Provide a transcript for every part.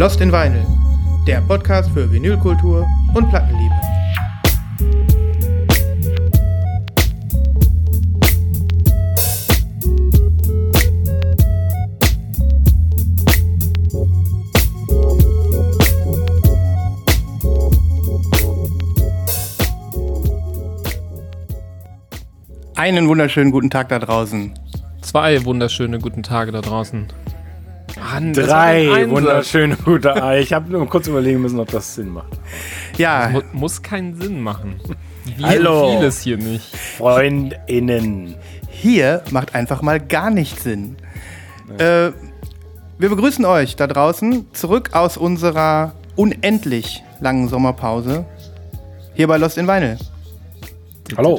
Lost in Vinyl, der Podcast für Vinylkultur und Plattenliebe. Einen wunderschönen guten Tag da draußen. Zwei wunderschöne guten Tage da drauchen. Mann, drei wunderschöne gute Tage. Ich habe nur kurz überlegen müssen, ob das Sinn macht. Ja. Das muss keinen Sinn machen. Hallo. Vieles hier nicht. FreundInnen. Hier macht einfach mal gar nichts Sinn. Wir begrüßen euch da draußen zurück aus unserer unendlich langen Sommerpause. Hier bei Lost in Vinyl. Hallo.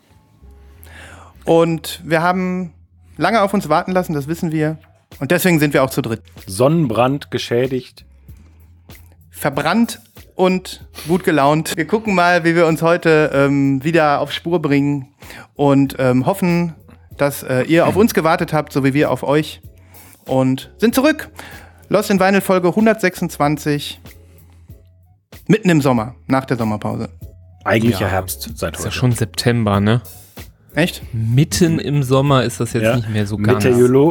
Und wir haben lange auf uns warten lassen, das wissen wir. Und deswegen sind wir auch zu dritt. Sonnenbrand geschädigt. Verbrannt und gut gelaunt. Wir gucken mal, wie wir uns heute wieder auf Spur bringen und hoffen, dass ihr auf uns gewartet habt, so wie wir auf euch. Und sind zurück. Lost in Vinyl Folge 126. Mitten im Sommer, nach der Sommerpause. Eigentlicher Herbst seit heute. Ist ja schon September, ne? Echt? Mitten im Sommer ist das jetzt nicht mehr so ganz.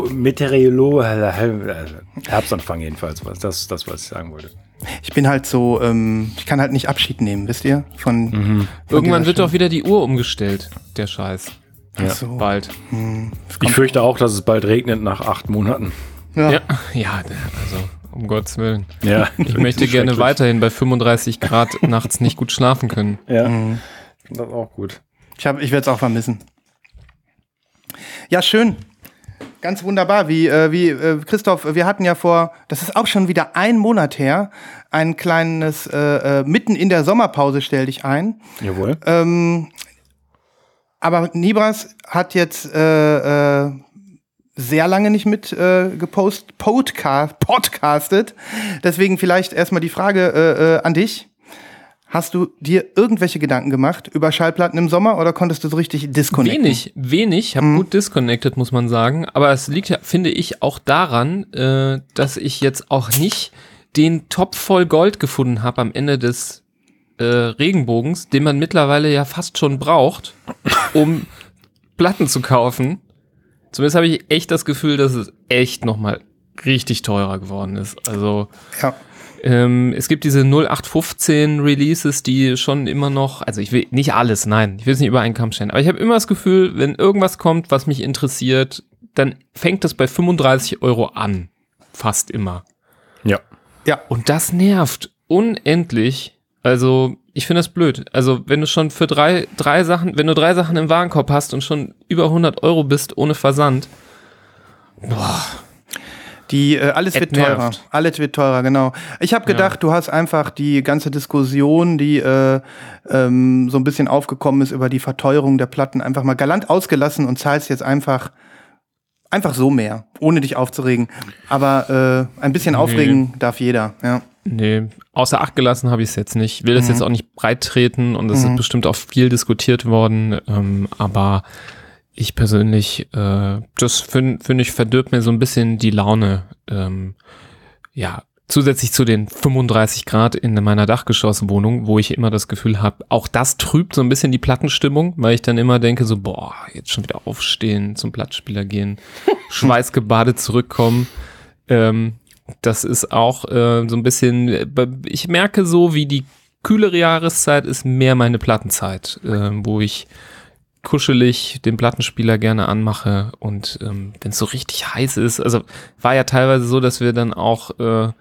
Herbstanfang jedenfalls, das was ich sagen wollte. Ich bin halt so, ich kann halt nicht Abschied nehmen, wisst ihr? Von Irgendwann wird doch wieder die Uhr umgestellt, der Scheiß. Ach so. Bald. Ich fürchte auch, dass es bald regnet nach 8 Monaten. Ja, also um Gottes Willen. Ja, ich möchte gerne weiterhin bei 35 Grad nachts nicht gut schlafen können. Ja, ich finde das auch gut. Ich werde es auch vermissen. Ja, schön. Ganz wunderbar. Wie Christoph, wir hatten ja das ist auch schon wieder ein Monat her, ein kleines mitten in der Sommerpause stell dich ein. Jawohl. Aber Nibras hat jetzt sehr lange nicht mit podcastet. Deswegen vielleicht erstmal die Frage an dich. Hast du dir irgendwelche Gedanken gemacht über Schallplatten im Sommer oder konntest du so richtig disconnecten? Wenig. Hab gut disconnected, muss man sagen. Aber es liegt ja, finde ich, auch daran, dass ich jetzt auch nicht den Topf voll Gold gefunden habe am Ende des Regenbogens, den man mittlerweile ja fast schon braucht, um Platten zu kaufen. Zumindest habe ich echt das Gefühl, dass es echt nochmal richtig teurer geworden ist. Also ja. Es gibt diese 0815 Releases, die schon immer noch, also ich will nicht alles, nein, ich will es nicht über einen Kamm stellen, aber ich habe immer das Gefühl, wenn irgendwas kommt, was mich interessiert, dann fängt das bei 35 Euro an. Fast immer. Ja. Und das nervt unendlich. Also ich finde das blöd. Also wenn du schon für drei Sachen im Warenkorb hast und schon über 100 Euro bist ohne Versand, boah. Alles wird teurer. Alles wird teurer, genau. Ich habe gedacht, du hast einfach die ganze Diskussion, die so ein bisschen aufgekommen ist über die Verteuerung der Platten, einfach mal galant ausgelassen und zahlst jetzt einfach so mehr, ohne dich aufzuregen. Aber ein bisschen aufregen darf jeder, ja. Nee, außer Acht gelassen habe ich es jetzt nicht. Ich will das jetzt auch nicht breit treten und es ist bestimmt auch viel diskutiert worden, aber ich persönlich, das finde ich, verdirbt mir so ein bisschen die Laune. Zusätzlich zu den 35 Grad in meiner Dachgeschosswohnung, wo ich immer das Gefühl habe, auch das trübt so ein bisschen die Plattenstimmung, weil ich dann immer denke so, boah, jetzt schon wieder aufstehen, zum Plattenspieler gehen, schweißgebadet zurückkommen. Das ist auch so ein bisschen, ich merke so, wie die kühlere Jahreszeit ist mehr meine Plattenzeit, wo ich kuschelig den Plattenspieler gerne anmache und wenn es so richtig heiß ist, also war ja teilweise so, dass wir dann auch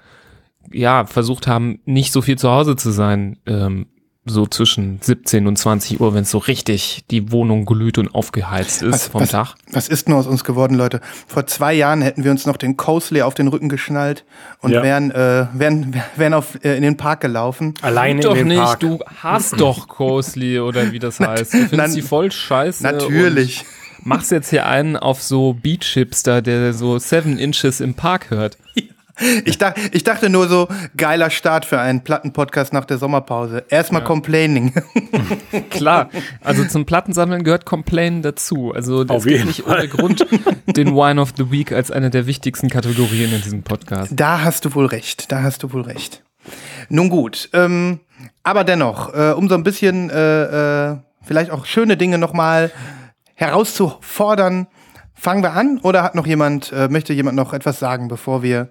versucht haben, nicht so viel zu Hause zu sein, so zwischen 17 und 20 Uhr, wenn es so richtig die Wohnung glüht und aufgeheizt ist vom Tag. Was ist nur aus uns geworden, Leute? Vor 2 Jahren hätten wir uns noch den Coasley auf den Rücken geschnallt und wären in den Park gelaufen. Alleine doch in den nicht, Park. du hast doch Coasley oder wie das heißt. Du findest die voll scheiße. Natürlich. Machst jetzt hier einen auf so Beach-Hipster, der so 7 Inches im Park hört. Ich dachte nur so, geiler Start für einen Plattenpodcast nach der Sommerpause. Erstmal Complaining. Klar, also zum Plattensammeln gehört Complaining dazu. Also das Auf gibt jeden nicht ohne Grund den Wine of the Week als eine der wichtigsten Kategorien in diesem Podcast. Da hast du wohl recht. Nun gut, aber dennoch, um so ein bisschen vielleicht auch schöne Dinge nochmal herauszufordern, fangen wir an, oder möchte jemand noch etwas sagen, bevor wir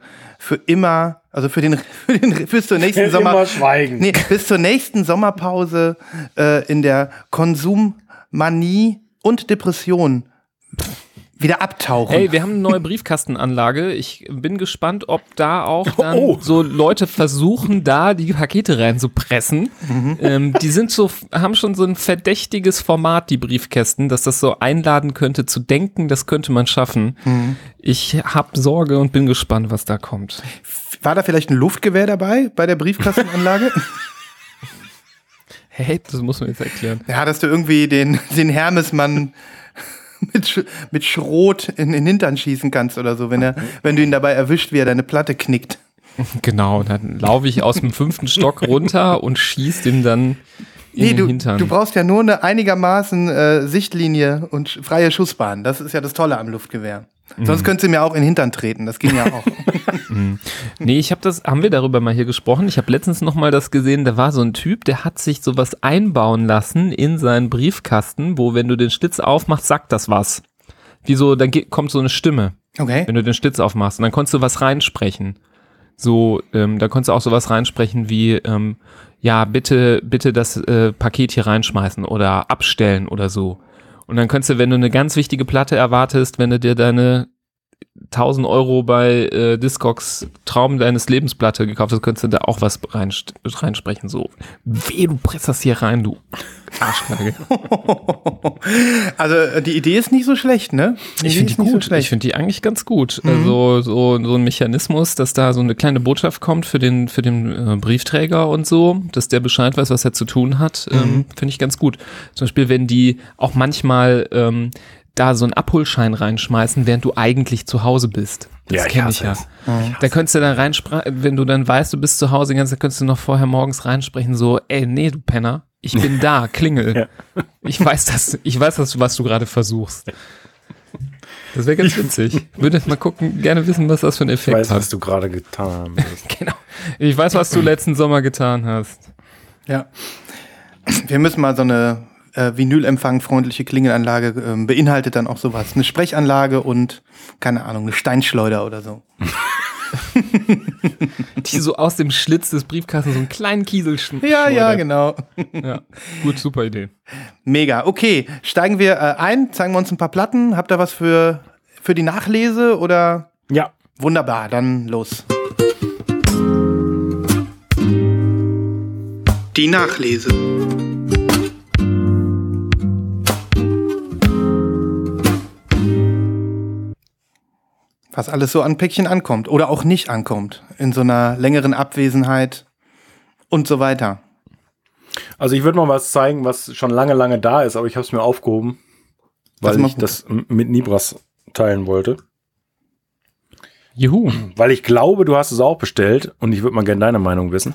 bis zur nächsten bis zur nächsten Sommerpause in der Konsummanie und Depression wieder abtauchen. Hey, wir haben eine neue Briefkastenanlage. Ich bin gespannt, ob da auch dann so Leute versuchen, da die Pakete reinzupressen. Die haben schon so ein verdächtiges Format, die Briefkästen, dass das so einladen könnte zu denken, das könnte man schaffen. Ich habe Sorge und bin gespannt, was da kommt. War da vielleicht ein Luftgewehr dabei bei der Briefkastenanlage? Hey, das muss man jetzt erklären. Ja, dass du irgendwie den Hermesmann mit Schrot in den Hintern schießen kannst oder so, wenn du ihn dabei erwischt, wie er deine Platte knickt. Genau, dann laufe ich aus dem 5. Stock runter und schieß ihm dann in den Hintern. Du brauchst ja nur eine einigermaßen Sichtlinie und freie Schussbahn. Das ist ja das Tolle am Luftgewehr. Sonst könntest du mir auch in den Hintern treten, das ging ja auch. Nee, haben wir darüber mal hier gesprochen? Ich habe letztens noch mal das gesehen, da war so ein Typ, der hat sich sowas einbauen lassen in seinen Briefkasten, wo, wenn du den Schlitz aufmachst, sagt das was. Dann kommt so eine Stimme, wenn du den Schlitz aufmachst, und dann konntest du was reinsprechen. So, da konntest du auch sowas reinsprechen wie, ja, bitte das Paket hier reinschmeißen oder abstellen oder so. Und dann könntest du, wenn du eine ganz wichtige Platte erwartest, wenn du dir deine 1.000 Euro bei Discogs Traum deines Lebens Platte gekauft hast, könntest du da auch was reinsprechen. So, du presst das hier rein, du Arschknage. Also die Idee ist nicht so schlecht, ne? Ich finde die gut. So ich finde die eigentlich ganz gut. Also so ein Mechanismus, dass da so eine kleine Botschaft kommt für den Briefträger und so, dass der Bescheid weiß, was er zu tun hat, finde ich ganz gut. Zum Beispiel, wenn die auch manchmal da so einen Abholschein reinschmeißen, während du eigentlich zu Hause bist. Das kenne ich ja. Da könntest du dann wenn du dann weißt, du bist zu Hause, könntest du noch vorher morgens reinsprechen, so, ey, nee, du Penner, ich bin da, klingel. Ja. Ich weiß, was du gerade versuchst. Das wäre ganz witzig. Würde mal gerne wissen, was das für ein Effekt hat. Ich weiß, was du gerade getan hast. Genau. Ich weiß, was du letzten Sommer getan hast. Ja. Wir müssen mal so eine Vinylempfang-freundliche Klingelanlage beinhaltet dann auch sowas. Eine Sprechanlage und, keine Ahnung, eine Steinschleuder oder so. Die so aus dem Schlitz des Briefkastens so einen kleinen Kiesel Ja, genau. Ja, gut, super Idee. Mega. Okay, steigen wir ein, zeigen wir uns ein paar Platten. Habt ihr was für die Nachlese oder? Ja. Wunderbar, dann los. Die Nachlese. Was alles so an Päckchen ankommt oder auch nicht ankommt in so einer längeren Abwesenheit und so weiter. Also ich würde mal was zeigen, was schon lange da ist, aber ich habe es mir aufgehoben, weil ich das mit Nibras teilen wollte. Juhu. Weil ich glaube, du hast es auch bestellt und ich würde mal gerne deine Meinung wissen.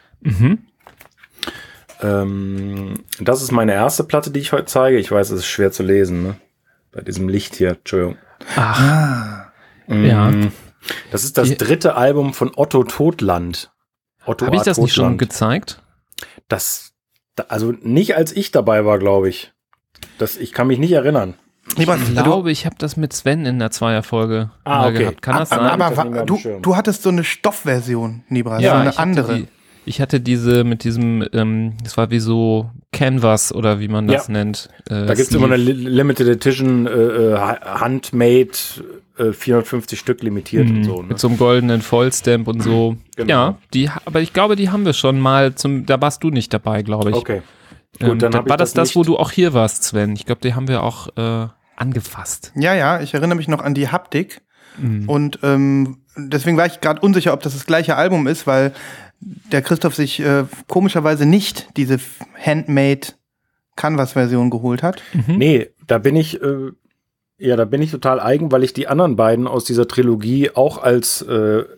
Das ist meine erste Platte, die ich heute zeige. Ich weiß, es ist schwer zu lesen, ne? Bei diesem Licht hier, Entschuldigung. Ach. Ja. Das ist das dritte Album von Otto Totland. Habe ich das nicht schon gezeigt? Also nicht als ich dabei war, glaube ich. Ich kann mich nicht erinnern. Ich glaube, ich habe das mit Sven in der Zweierfolge gehabt. Kann das sein? Aber du hattest so eine Stoffversion, Nibras, ja, so eine andere. Ich hatte diese mit diesem, das war wie so Canvas oder wie man das nennt. Da gibt es immer eine Limited Edition, Handmade, 450 Stück limitiert und so. Ne? Mit so einem goldenen Vollstamp und so. Genau. Ja, aber ich glaube, die haben wir schon mal, da warst du nicht dabei, glaube ich. Okay. Gut, dann war das, wo du auch hier warst, Sven? Ich glaube, die haben wir auch angefasst. Ja, ich erinnere mich noch an die Haptik. Und deswegen war ich gerade unsicher, ob das gleiche Album ist, weil der Christoph sich komischerweise nicht diese Handmade Canvas-Version geholt hat. Nee, da bin ich total eigen, weil ich die anderen beiden aus dieser Trilogie auch als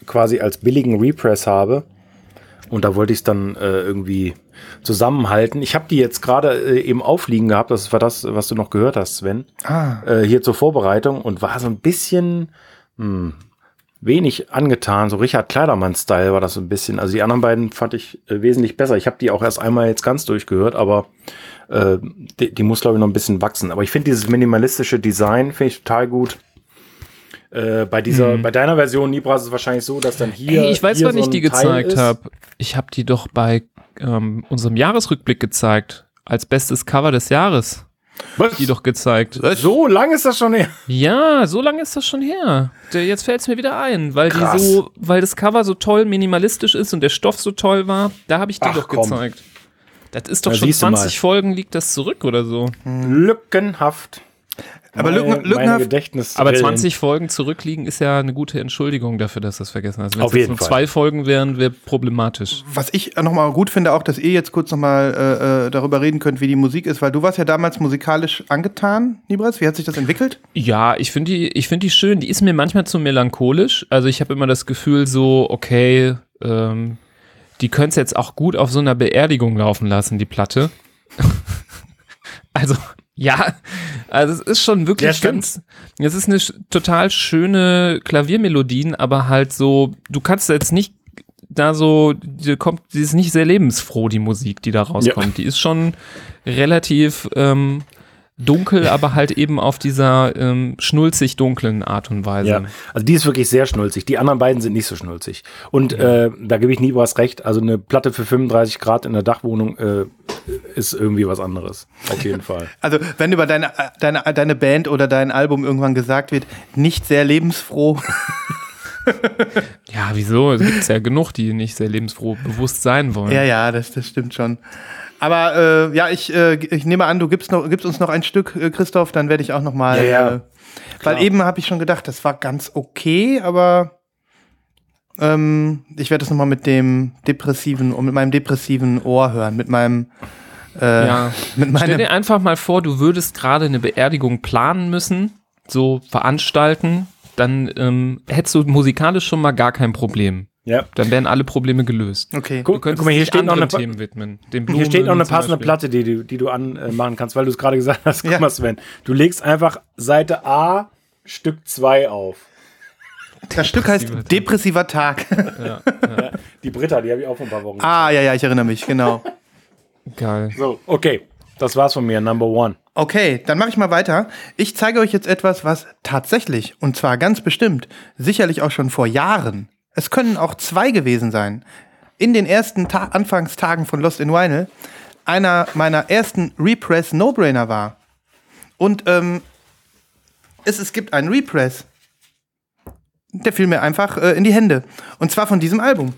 quasi als billigen Repress habe. Und da wollte ich es dann irgendwie zusammenhalten. Ich habe die jetzt gerade eben aufliegen gehabt. Das war das, was du noch gehört hast, Sven. Hier zur Vorbereitung und war so ein bisschen wenig angetan. So Richard Kleidermann-Style war das so ein bisschen. Also die anderen beiden fand ich wesentlich besser. Ich habe die auch erst einmal jetzt ganz durchgehört, aber die muss, glaube ich, noch ein bisschen wachsen. Aber ich finde dieses minimalistische Design finde ich total gut. Bei deiner Version, Nibras, ist es wahrscheinlich so, dass dann hier. Hey, ich weiß, wann ich die gezeigt habe. habe. Ich habe die doch bei unserem Jahresrückblick gezeigt. Als bestes Cover des Jahres. Was? Die doch gezeigt. So lange ist das schon her? Ja, so lange ist das schon her. Jetzt fällt es mir wieder ein, weil weil das Cover so toll minimalistisch ist und der Stoff so toll war. Da habe ich die doch gezeigt. Das ist doch schon 20 Folgen, liegt das zurück oder so. Lückenhaft. Aber lückenhaft. Aber 20 Folgen zurückliegen ist ja eine gute Entschuldigung dafür, dass das vergessen hast. Wenn es jetzt nur 2 Folgen wären, wäre problematisch. Was ich nochmal gut finde, auch, dass ihr jetzt kurz nochmal darüber reden könnt, wie die Musik ist, weil du warst ja damals musikalisch angetan, Nibras. Wie hat sich das entwickelt? Ja, ich finde die schön. Die ist mir manchmal zu melancholisch. Also ich habe immer das Gefühl so, okay, die könnte es jetzt auch gut auf so einer Beerdigung laufen lassen, die Platte. Also, ja, also es ist schon wirklich es ist eine total schöne Klaviermelodien, aber halt so, du kannst jetzt nicht da so, die ist nicht sehr lebensfroh, die Musik, die da rauskommt. Ja. Die ist schon relativ dunkel, aber halt eben auf dieser schnulzig dunklen Art und Weise. Ja, also die ist wirklich sehr schnulzig. Die anderen beiden sind nicht so schnulzig. Und da gebe ich Nibras recht. Also eine Platte für 35 Grad in der Dachwohnung ist irgendwie was anderes. Auf jeden Fall. Also wenn über deine Band oder dein Album irgendwann gesagt wird, nicht sehr lebensfroh. Ja, wieso? Es gibt ja genug, die nicht sehr lebensfroh bewusst sein wollen. Ja, das stimmt schon. Aber ich nehme an, du gibst uns noch ein Stück, Christoph, dann werde ich auch noch mal, weil eben habe ich schon gedacht, das war ganz okay, aber ich werde es noch mal mit meinem depressiven Ohr hören, mit meinem Stell dir einfach mal vor, du würdest gerade eine Beerdigung planen müssen, so veranstalten, dann hättest du musikalisch schon mal gar kein Problem. Ja. Dann wären alle Probleme gelöst. Okay. Guck mal, hier steht noch Themen widmen. Hier steht noch eine passende Platte, die du anmachen kannst, weil du es gerade gesagt hast. Guck mal, Sven. Du legst einfach Seite A, Stück 2 auf. Das Stück heißt Depressiver Tag. Ja. Die Britta, die habe ich auch vor ein paar Wochen. Ja, ich erinnere mich, genau. Geil. So, okay. Das war's von mir, Number One. Okay, dann mache ich mal weiter. Ich zeige euch jetzt etwas, was tatsächlich, und zwar ganz bestimmt, sicherlich auch schon vor Jahren, es können auch 2 gewesen sein, in den ersten Anfangstagen von Lost in Vinyl, einer meiner ersten Repress-No-Brainer war. Und es gibt einen Repress, der fiel mir einfach in die Hände. Und zwar von diesem Album.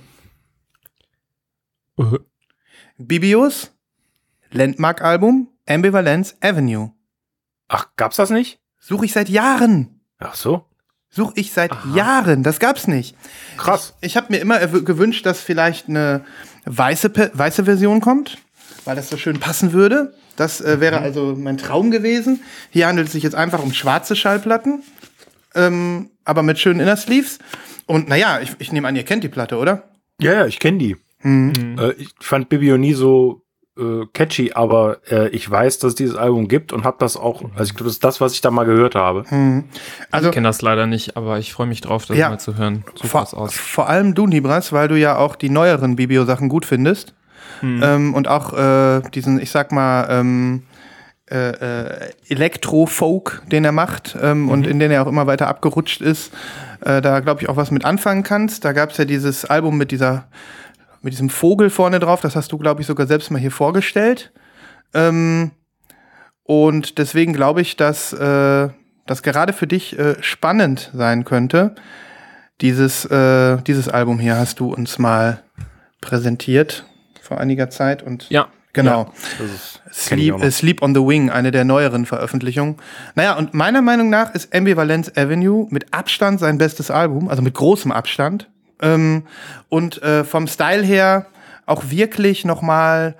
Bibios Landmark-Album Ambivalence Avenue. Ach, gab's das nicht? Suche ich seit Jahren. Ach so. Suche ich seit Jahren. Das gab's nicht. Krass. Ich habe mir immer gewünscht, dass vielleicht eine weiße Version kommt, weil das so schön passen würde. Das wäre also mein Traum gewesen. Hier handelt es sich jetzt einfach um schwarze Schallplatten, aber mit schönen Innersleeves. Und naja, ich nehme an, ihr kennt die Platte, oder? Ja, ich kenne die. Ich fand Bibio nie so catchy, aber ich weiß, dass es dieses Album gibt und habe das auch, also ich glaube, das ist das, was ich da mal gehört habe. Also, ich kenne das leider nicht, aber ich freue mich drauf, das mal zu hören. Vor allem du, Nibras, weil du ja auch die neueren Bibio-Sachen gut findest. Und auch diesen, ich sag mal, Elektro-Folk, den er macht und in den er auch immer weiter abgerutscht ist, da glaube ich auch was mit anfangen kannst. Da gab es ja dieses Album mit diesem Vogel vorne drauf, das hast du, glaube ich, sogar selbst mal hier vorgestellt. Und deswegen glaube ich, dass das gerade für dich spannend sein könnte. Dieses Album hier hast du uns mal präsentiert vor einiger Zeit. Und ja. Genau. Ja, Sleep on the Wing, eine der neueren Veröffentlichungen. Naja, und meiner Meinung nach ist Ambivalence Avenue mit Abstand sein bestes Album, also mit großem Abstand. Und vom Style her auch wirklich nochmal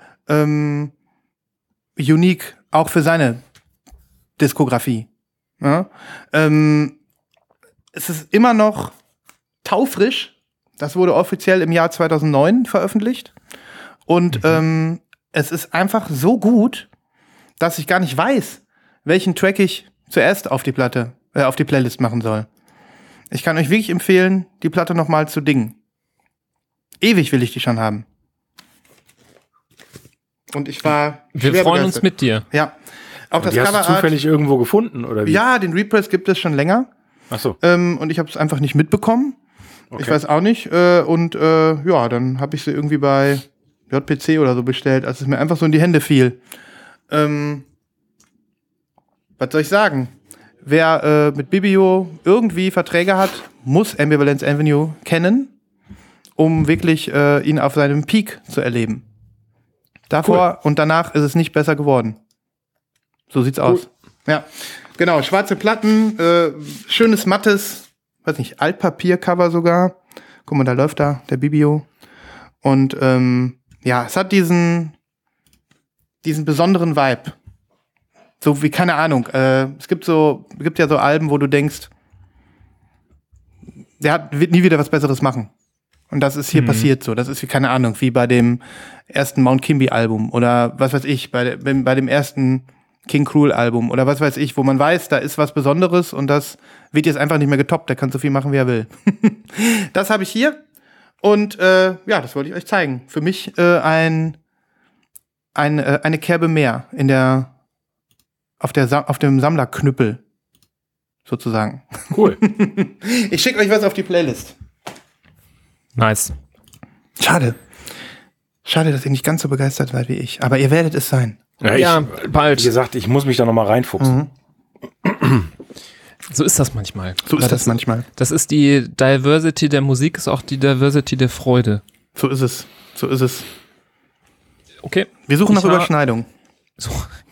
unique, auch für seine Diskografie. Ja? Es ist immer noch taufrisch, Das wurde offiziell im Jahr 2009 veröffentlicht. Und es ist einfach so gut, dass ich gar nicht weiß, welchen Track ich zuerst auf die Playlist machen soll. Ich kann euch wirklich empfehlen, die Platte nochmal zu dingen. Ewig will ich die schon haben. Und ich war Wir schwer freuen begeistert. uns mit dir. Ja. Auch das Die hast du Coverart. zufällig irgendwo gefunden, oder wie? Ja, den Repress gibt es schon länger. Ach so. Und ich habe es einfach nicht mitbekommen. Okay. Ich weiß auch nicht. Ja, dann habe ich sie irgendwie bei JPC oder so bestellt, als es mir einfach so in die Hände fiel. Was soll ich sagen? Wer mit Bibio irgendwie Verträge hat, muss Ambivalence Avenue kennen, um wirklich ihn auf seinem Peak zu erleben. Davor und danach ist es nicht besser geworden. So sieht's aus. Ja, genau. Schwarze Platten, schönes mattes, weiß nicht, Altpapiercover sogar. Guck mal, da läuft da der Bibio. Und ja, es hat diesen besonderen Vibe. So wie, keine Ahnung, es gibt ja so Alben, wo du denkst, wird nie wieder was Besseres machen. Und das ist hier passiert so. Das ist wie, keine Ahnung, wie bei dem ersten Mount Kimby-Album oder was weiß ich, bei dem ersten King Cruel-Album oder was weiß ich, wo man weiß, da ist was Besonderes und das wird jetzt einfach nicht mehr getoppt. Der kann so viel machen, wie er will. Das habe ich hier und ja, das wollte ich euch zeigen. Für mich eine Kerbe mehr auf dem Sammlerknüppel sozusagen. Cool. Ich schicke euch was auf die Playlist. Nice. Schade, dass ihr nicht ganz so begeistert seid wie ich. Aber ihr werdet es sein. Ja, bald. Wie gesagt, ich muss mich da nochmal reinfuchsen. So ist das manchmal. So ist das manchmal. Das ist die Diversity der Musik, ist auch die Diversity der Freude. So ist es. Okay. Wir suchen nach Überschneidung. So.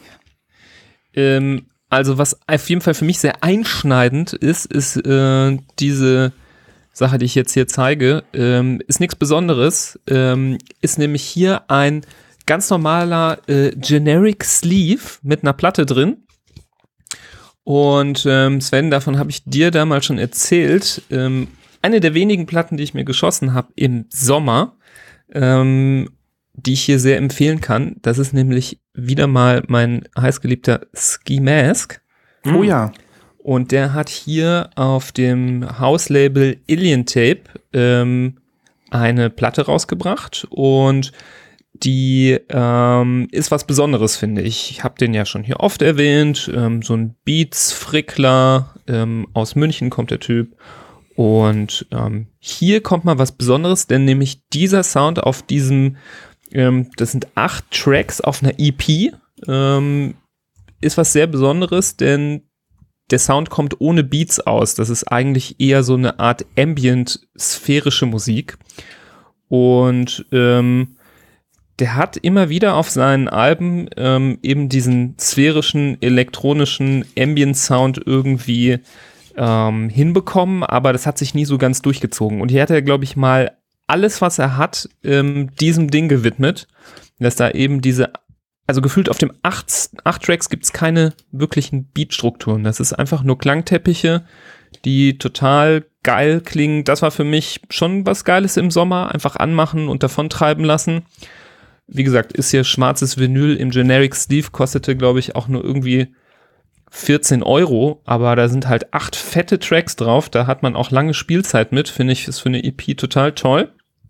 Also was auf jeden Fall für mich sehr einschneidend ist diese Sache, die ich jetzt hier zeige, ist nichts Besonderes, ist nämlich hier ein ganz normaler Generic Sleeve mit einer Platte drin. Und Sven, davon habe ich dir damals schon erzählt. Eine der wenigen Platten, die ich mir geschossen habe im Sommer, die ich hier sehr empfehlen kann, das ist nämlich wieder mal mein heißgeliebter Ski Mask. Oh ja. Und der hat hier auf dem Hauslabel Alien Tape eine Platte rausgebracht und die ist was Besonderes, finde ich. Ich habe den ja schon hier oft erwähnt. So ein Beats-Frickler, aus München kommt der Typ. Und hier kommt mal was Besonderes, denn nämlich dieser Sound auf diesem, das sind 8 Tracks auf einer EP, ist was sehr Besonderes, denn der Sound kommt ohne Beats aus. Das ist eigentlich eher so eine Art ambient-sphärische Musik. Und der hat immer wieder auf seinen Alben eben diesen sphärischen, elektronischen Ambient-Sound irgendwie hinbekommen, aber das hat sich nie so ganz durchgezogen. Und hier hat er, glaube ich, mal alles, was er hat, diesem Ding gewidmet, dass da eben also gefühlt auf dem 8 Tracks gibt es keine wirklichen Beatstrukturen. Das ist einfach nur Klangteppiche, die total geil klingen. Das war für mich schon was Geiles im Sommer. Einfach anmachen und davontreiben lassen. Wie gesagt, ist hier schwarzes Vinyl im Generic Sleeve, kostete, glaube ich, auch nur irgendwie 14 €, aber da sind halt 8 fette Tracks drauf. Da hat man auch lange Spielzeit mit, finde ich, ist für eine EP total toll.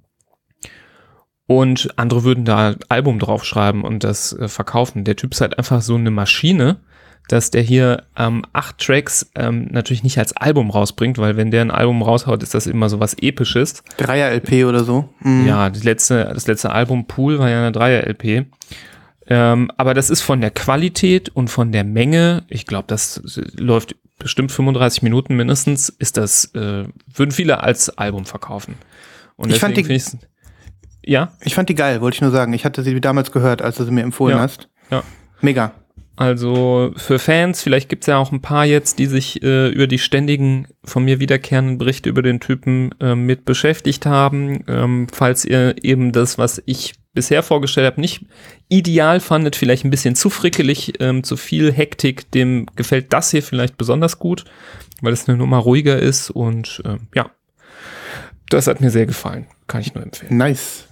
Und andere würden da ein Album draufschreiben und das verkaufen. Der Typ ist halt einfach so eine Maschine, dass der hier 8 Tracks natürlich nicht als Album rausbringt, weil wenn der ein Album raushaut, ist das immer so was Episches. 3er-LP oder so. Mhm. Ja, das letzte Album Pool war ja eine 3er-LP. Aber das ist von der Qualität und von der Menge, ich glaube, das läuft bestimmt 35 Minuten mindestens, ist das, würden viele als Album verkaufen. Und Ich fand ich fand die geil, wollte ich nur sagen. Ich hatte sie damals gehört, als du sie mir empfohlen hast. Ja. Mega. Also für Fans, vielleicht gibt es ja auch ein paar jetzt, die sich über die ständigen von mir wiederkehrenden Berichte über den Typen mit beschäftigt haben. Falls ihr eben das, was ich bisher vorgestellt habe, nicht ideal fandet, vielleicht ein bisschen zu frickelig, zu viel Hektik, dem gefällt das hier vielleicht besonders gut, weil es eine Nummer ruhiger ist und ja. Das hat mir sehr gefallen. Kann ich nur empfehlen. Nice.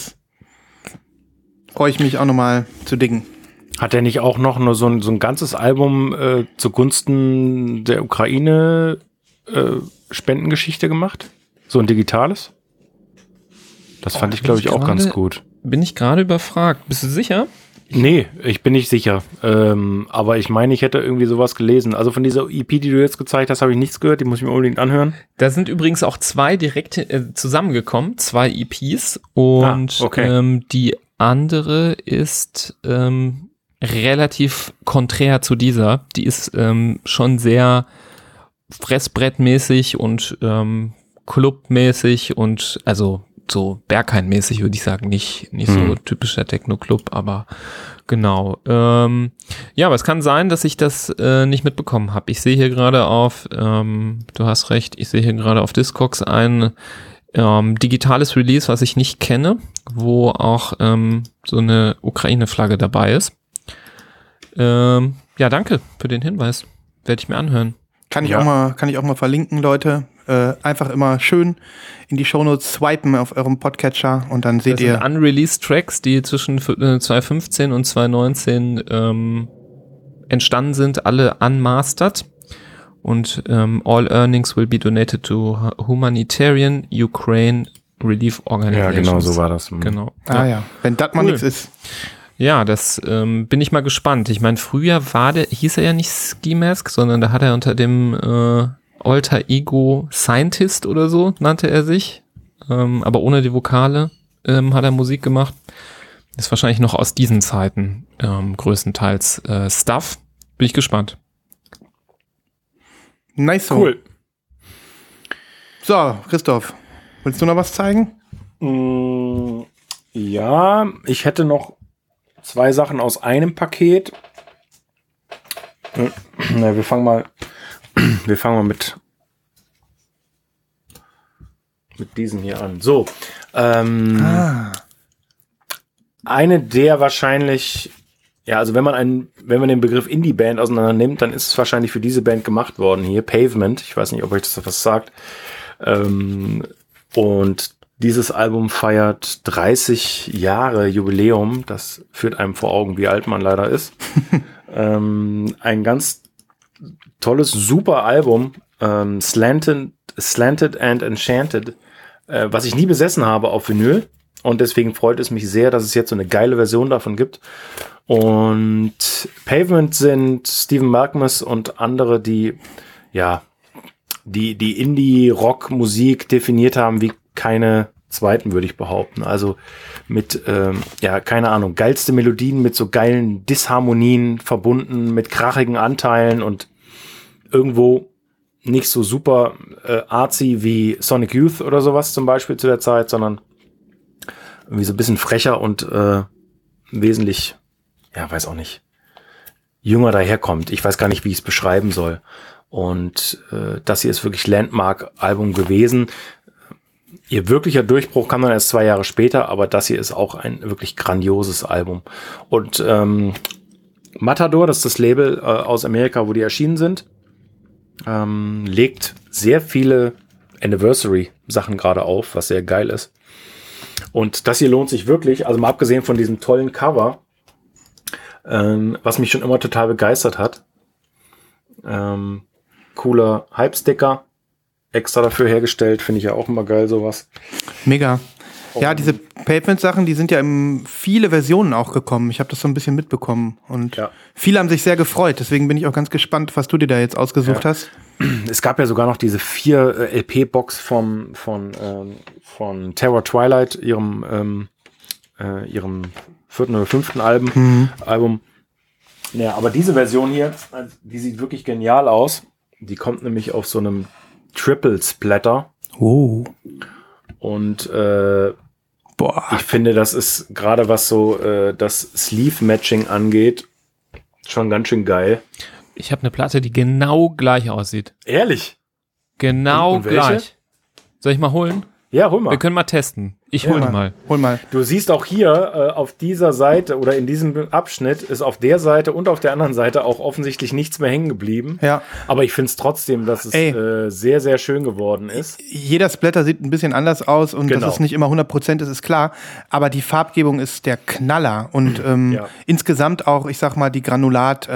Freue ich mich auch nochmal zu diggen. Hat er nicht auch noch nur so ein ganzes Album zugunsten der Ukraine Spendengeschichte gemacht? So ein digitales? Das fand ich, glaube ich, auch ganz gut. Bin ich gerade überfragt. Bist du sicher? Nee, ich bin nicht sicher. Aber ich meine, ich hätte irgendwie sowas gelesen. Also von dieser EP, die du jetzt gezeigt hast, habe ich nichts gehört. Die muss ich mir unbedingt anhören. Da sind übrigens auch 2 direkt zusammengekommen. 2 EPs. Und okay. Die andere ist relativ konträr zu dieser. Die ist schon sehr fressbrettmäßig und clubmäßig und also so Berghain-mäßig, würde ich sagen, nicht so typischer Techno-Club, aber genau. Ja, aber es kann sein, dass ich das nicht mitbekommen habe. Ich sehe hier gerade auf, du hast recht, ich sehe hier gerade auf Discogs ein digitales Release, was ich nicht kenne, wo auch so eine Ukraine-Flagge dabei ist. Ja, danke für den Hinweis. Werde ich mir anhören. Kann ich auch mal verlinken, Leute. Einfach immer schön in die Shownotes swipen auf eurem Podcatcher und dann seht ihr. Das sind unreleased Tracks, die zwischen 2015 und 2019 entstanden sind, alle unmastered. Und all earnings will be donated to Humanitarian Ukraine Relief Organizations. Ja, genau, so war das. Genau. Ja. Wenn das mal nichts ist. Ja, das bin ich mal gespannt. Ich meine, früher hieß er ja nicht Ski Mask, sondern da hat er unter dem Alter Ego Scientist oder so, nannte er sich. Aber ohne die Vokale hat er Musik gemacht. Ist wahrscheinlich noch aus diesen Zeiten größtenteils Stuff. Bin ich gespannt. Nice. Cool. So, Christoph, willst du noch was zeigen? Ja, ich hätte noch 2 Sachen aus einem Paket. Wir fangen mal mit diesen hier an. So, eine der wahrscheinlich, ja, also wenn man den Begriff Indie-Band auseinander nimmt, dann ist es wahrscheinlich für diese Band gemacht worden hier, Pavement. Ich weiß nicht, ob euch das was sagt. Und dieses Album feiert 30 Jahre Jubiläum. Das führt einem vor Augen, wie alt man leider ist. Ein ganz tolles, super Album. Slanted and Enchanted, was ich nie besessen habe auf Vinyl. Und deswegen freut es mich sehr, dass es jetzt so eine geile Version davon gibt. Und Pavement sind Stephen Malkmus und andere, die Indie-Rock-Musik definiert haben wie keine zweiten, würde ich behaupten. Also mit, keine Ahnung, geilste Melodien mit so geilen Disharmonien verbunden, mit krachigen Anteilen und irgendwo nicht so super artsy wie Sonic Youth oder sowas zum Beispiel zu der Zeit, sondern irgendwie so ein bisschen frecher und wesentlich, weiß auch nicht, jünger daherkommt. Ich weiß gar nicht, wie ich es beschreiben soll. Und das hier ist wirklich Landmark-Album gewesen. Ihr wirklicher Durchbruch kam dann erst 2 Jahre später, aber das hier ist auch ein wirklich grandioses Album. Und Matador, das ist das Label aus Amerika, wo die erschienen sind, legt sehr viele Anniversary-Sachen gerade auf, was sehr geil ist. Und das hier lohnt sich wirklich, also mal abgesehen von diesem tollen Cover, was mich schon immer total begeistert hat. Cooler Hype-Sticker, extra dafür hergestellt, finde ich ja auch immer geil, sowas. Mega. Ja, diese Pavement-Sachen, die sind ja in viele Versionen auch gekommen. Ich habe das so ein bisschen mitbekommen. Und viele haben sich sehr gefreut. Deswegen bin ich auch ganz gespannt, was du dir da jetzt ausgesucht hast. Es gab ja sogar noch diese 4 LP-Box von Terror Twilight, ihrem 4. oder 5. Album. Ja, aber diese Version hier, die sieht wirklich genial aus. Die kommt nämlich auf so einem Triple Splatter. Oh. Und ich finde, das ist gerade was so das Sleeve-Matching angeht, schon ganz schön geil. Ich habe eine Platte, die genau gleich aussieht. Ehrlich? Genau und welche? gleich. Soll ich mal holen? Ja, hol mal. Wir können mal testen. Ich hol die mal. Hol mal. Du siehst auch hier auf dieser Seite oder in diesem Abschnitt ist auf der Seite und auf der anderen Seite auch offensichtlich nichts mehr hängen geblieben. Ja. Aber ich finde es trotzdem, dass es sehr, sehr schön geworden ist. Jeder Splatter sieht ein bisschen anders aus und Genau. dass es nicht immer 100% ist klar. Aber die Farbgebung ist der Knaller. Und insgesamt auch, ich sag mal, die Granulat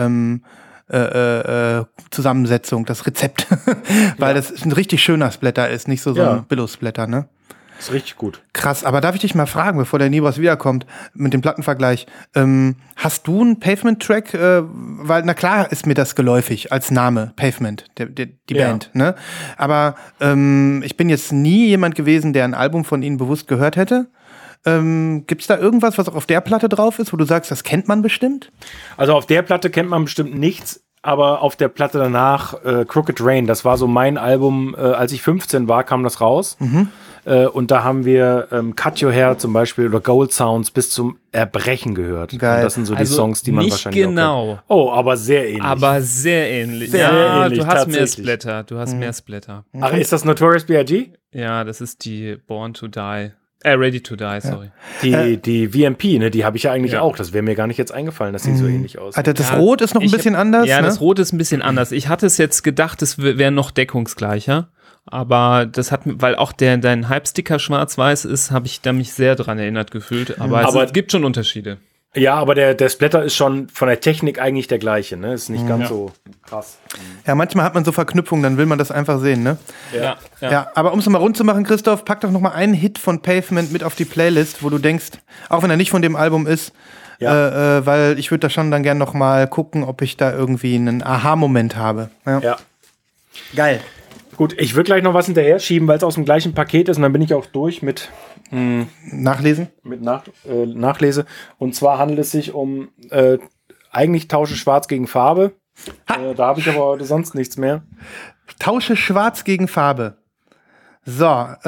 Zusammensetzung, das Rezept. Weil das ein richtig schöner Splatter ist, nicht so ein Billo-Splatter, ne? Ist richtig gut. Krass, aber darf ich dich mal fragen, bevor der Nibras wiederkommt, mit dem Plattenvergleich, hast du einen Pavement-Track? Weil, na klar ist mir das geläufig als Name, Pavement, die Band, ne? Aber ich bin jetzt nie jemand gewesen, der ein Album von ihnen bewusst gehört hätte. Gibt's da irgendwas, was auch auf der Platte drauf ist, wo du sagst, das kennt man bestimmt? Also auf der Platte kennt man bestimmt nichts, aber auf der Platte danach Crooked Rain, das war so mein Album, als ich 15 war, kam das raus. Und da haben wir Cut Your Hair zum Beispiel oder Gold Sounds bis zum Erbrechen gehört. Geil. Und das sind so die Songs, die man nicht wahrscheinlich genau. auch kennt. Oh, aber sehr ähnlich. Aber sehr ähnlich. Sehr ähnlich, du hast mehr tatsächlich. Splatter. Du hast mehr Splatter. Ach, ist das Notorious B.I.G.? Ja, das ist die Born to Die. Ready to Die, sorry. Die VMP, ne, die habe ich ja eigentlich auch. Das wäre mir gar nicht jetzt eingefallen, dass die so ähnlich aussieht. Alter, das Rot ist noch ein bisschen anders, Ja, ne? das Rot ist ein bisschen anders. Ich hatte es jetzt gedacht, es wäre noch deckungsgleicher. Aber das hat, weil auch dein Hype-Sticker schwarz-weiß ist, habe ich da mich sehr dran erinnert gefühlt. Aber es gibt schon Unterschiede. Ja, aber der Splatter ist schon von der Technik eigentlich der gleiche, ne? Ist nicht ganz so krass. Ja, manchmal hat man so Verknüpfungen, dann will man das einfach sehen, ne? Ja, aber um es mal rund zu machen, Christoph, pack doch noch mal einen Hit von Pavement mit auf die Playlist, wo du denkst, auch wenn er nicht von dem Album ist, weil ich würde da schon dann gern noch mal gucken, ob ich da irgendwie einen Aha-Moment habe. Ja. Geil. Gut, ich würde gleich noch was hinterher schieben, weil es aus dem gleichen Paket ist und dann bin ich auch durch mit Nachlesen? Nachlese. Und zwar handelt es sich um eigentlich Tausche Schwarz gegen Farbe. Da habe ich aber heute sonst nichts mehr. Tausche Schwarz gegen Farbe. So,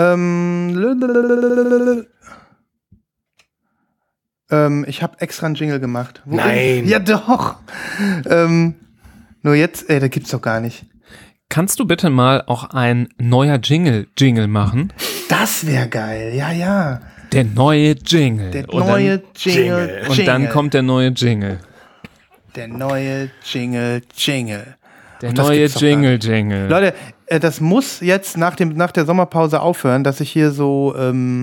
ich habe extra einen Jingle gemacht. Nein. Ja, doch. Nur jetzt, das gibt's doch gar nicht. Kannst du bitte mal auch ein neuer Jingle machen? Das wäre geil, ja. Der neue Jingle. Der neue Jingle. Und dann kommt der neue Jingle. Der neue Jingle. Der neue Jingle. Leute, das muss jetzt nach der Sommerpause aufhören, dass ich hier so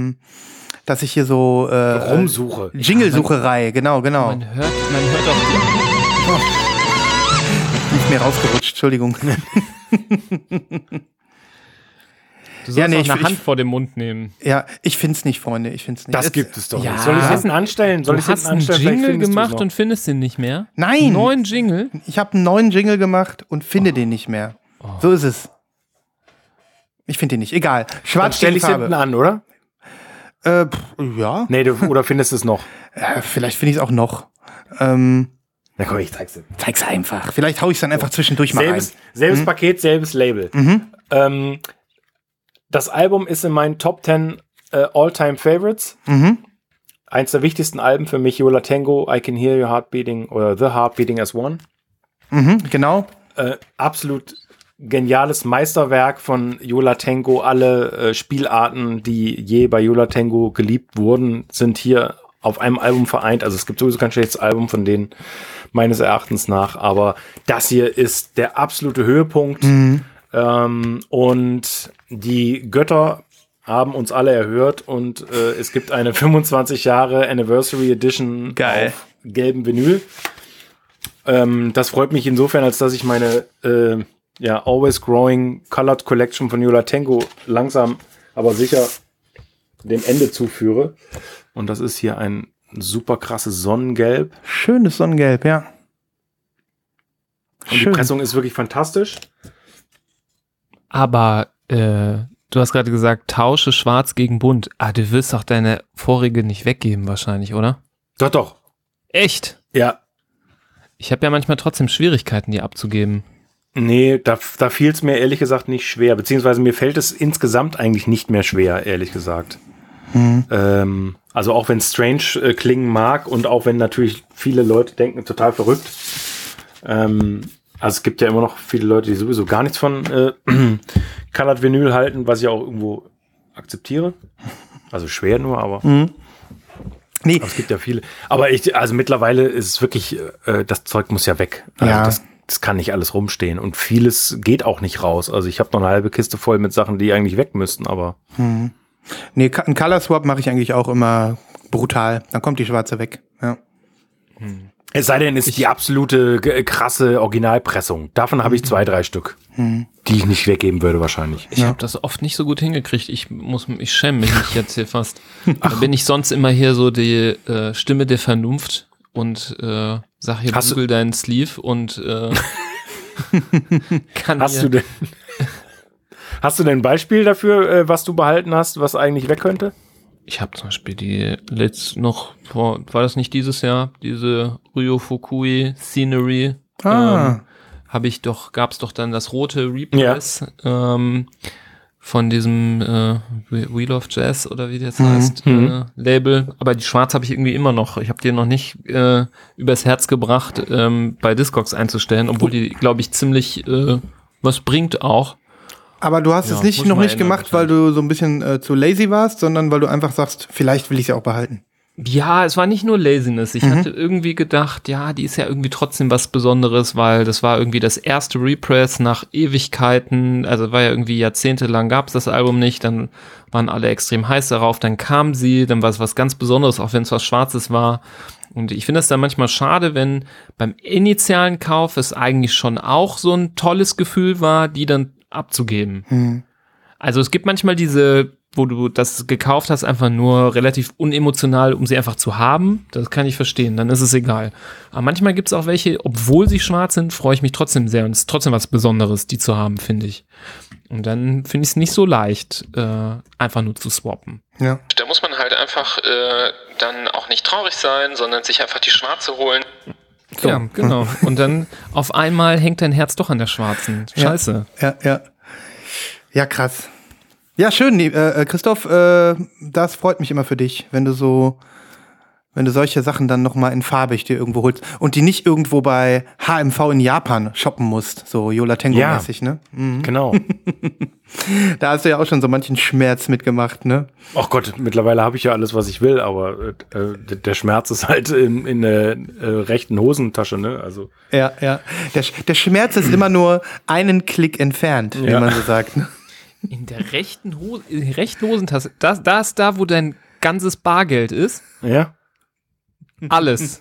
Rumsuche. Jingle-Sucherei, genau. Man hört auch Die ist mir rausgerutscht, Entschuldigung. Du sollst auch eine Hand vor dem Mund nehmen. Ja, ich find's nicht, Freunde, ich find's nicht. Das gibt es doch Ja. nicht. Soll ich es hinten anstellen? Du hast einen Jingle gemacht und findest den nicht mehr? Nein! Einen neuen Jingle? Ich habe einen neuen Jingle gemacht und finde den nicht mehr. So ist es. Ich finde den nicht. Egal. Schwarz Stell gegen ich es hinten Farbe. an, oder? Ja. Nee, oder findest du es noch? Vielleicht finde ich es auch noch. Na komm, ich zeig's dir. Zeig's einfach. Vielleicht hau ich es dann einfach zwischendurch mal rein. Selbes Paket, selbes Label. Das Album ist in meinen Top 10 All-Time Favorites. Eins der wichtigsten Alben für mich, Yo La Tengo, I Can Hear Your Heart Beating oder The Heart Beating as One. Genau. Absolut geniales Meisterwerk von Yo La Tengo. Alle Spielarten, die je bei Yo La Tengo geliebt wurden, sind hier auf einem Album vereint. Also es gibt sowieso kein schlechtes Album von denen, meines Erachtens nach. Aber das hier ist der absolute Höhepunkt. Und die Götter haben uns alle erhört und es gibt eine 25 Jahre Anniversary Edition auf gelbem Vinyl. Das freut mich insofern, als dass ich meine Always Growing Colored Collection von Yo La Tengo langsam, aber sicher dem Ende zuführe. Und das ist hier ein super krasses Sonnengelb. Schönes Sonnengelb, ja. Und die Pressung ist wirklich fantastisch. Aber du hast gerade gesagt, tausche schwarz gegen bunt. Du wirst doch deine vorige nicht weggeben wahrscheinlich, oder? Doch. Echt? Ja. Ich habe ja manchmal trotzdem Schwierigkeiten, die abzugeben. Nee, da fiel es mir ehrlich gesagt nicht schwer. Beziehungsweise mir fällt es insgesamt eigentlich nicht mehr schwer, ehrlich gesagt. Also auch wenn es strange klingen mag und auch wenn natürlich viele Leute denken, total verrückt. Also es gibt ja immer noch viele Leute, die sowieso gar nichts von Colored Vinyl halten, was ich auch irgendwo akzeptiere. Also schwer nur, aber... Nee. Aber es gibt ja viele. Aber also mittlerweile ist es wirklich, das Zeug muss ja weg. Also das kann nicht alles rumstehen. Und vieles geht auch nicht raus. Also ich habe noch eine halbe Kiste voll mit Sachen, die eigentlich weg müssten, aber... Nee, einen Color Swap mache ich eigentlich auch immer brutal. Dann kommt die schwarze weg. Ja. Es sei denn, es ist die absolute krasse Originalpressung. Davon habe ich 2, 3 Stück, die ich nicht weggeben würde wahrscheinlich. Ich habe das oft nicht so gut hingekriegt. Ich schäme mich nicht jetzt hier fast. Da bin ich sonst immer hier so die Stimme der Vernunft und sag hier Google deinen Sleeve und kann Hast du denn ein Beispiel dafür, was du behalten hast, was eigentlich weg könnte? Ich habe zum Beispiel die war das nicht dieses Jahr, diese Ryo Fukui Scenery, gab's doch dann das rote Repress von diesem Wheel of Jazz oder wie das heißt, Label. Aber die schwarze habe ich irgendwie immer noch. Ich habe die noch nicht übers Herz gebracht, bei Discogs einzustellen, obwohl die, glaube ich, ziemlich was bringt auch. Aber du hast es noch nicht gemacht, weil du so ein bisschen zu lazy warst, sondern weil du einfach sagst, vielleicht will ich sie auch behalten. Ja, es war nicht nur Laziness. Ich hatte irgendwie gedacht, ja, die ist ja irgendwie trotzdem was Besonderes, weil das war irgendwie das erste Repress nach Ewigkeiten. Also war ja irgendwie jahrzehntelang gab es das Album nicht. Dann waren alle extrem heiß darauf. Dann kam sie, dann war es was ganz Besonderes, auch wenn es was Schwarzes war. Und ich finde es dann manchmal schade, wenn beim initialen Kauf es eigentlich schon auch so ein tolles Gefühl war, die dann abzugeben. Also es gibt manchmal diese, wo du das gekauft hast, einfach nur relativ unemotional, um sie einfach zu haben. Das kann ich verstehen, dann ist es egal. Aber manchmal gibt es auch welche, obwohl sie schwarz sind, freue ich mich trotzdem sehr. Und es ist trotzdem was Besonderes, die zu haben, finde ich. Und dann finde ich es nicht so leicht, einfach nur zu swappen. Ja. Da muss man halt einfach dann auch nicht traurig sein, sondern sich einfach die schwarze holen. So. Ja, genau. Und dann auf einmal hängt dein Herz doch an der schwarzen. Scheiße. Ja, krass. Ja, schön, Christoph, das freut mich immer für dich, wenn du solche Sachen dann nochmal in farbig dir irgendwo holst und die nicht irgendwo bei HMV in Japan shoppen musst, so Yola Tengo-mäßig, ne? Genau. Da hast du ja auch schon so manchen Schmerz mitgemacht, ne? Ach Gott, mittlerweile habe ich ja alles, was ich will, aber der Schmerz ist halt in der rechten Hosentasche, ne? Also. Ja. Der Schmerz ist immer nur einen Klick entfernt, wie man so sagt, ne? In der rechten Hosentasche, da ist da, wo dein ganzes Bargeld ist. Ja. Alles.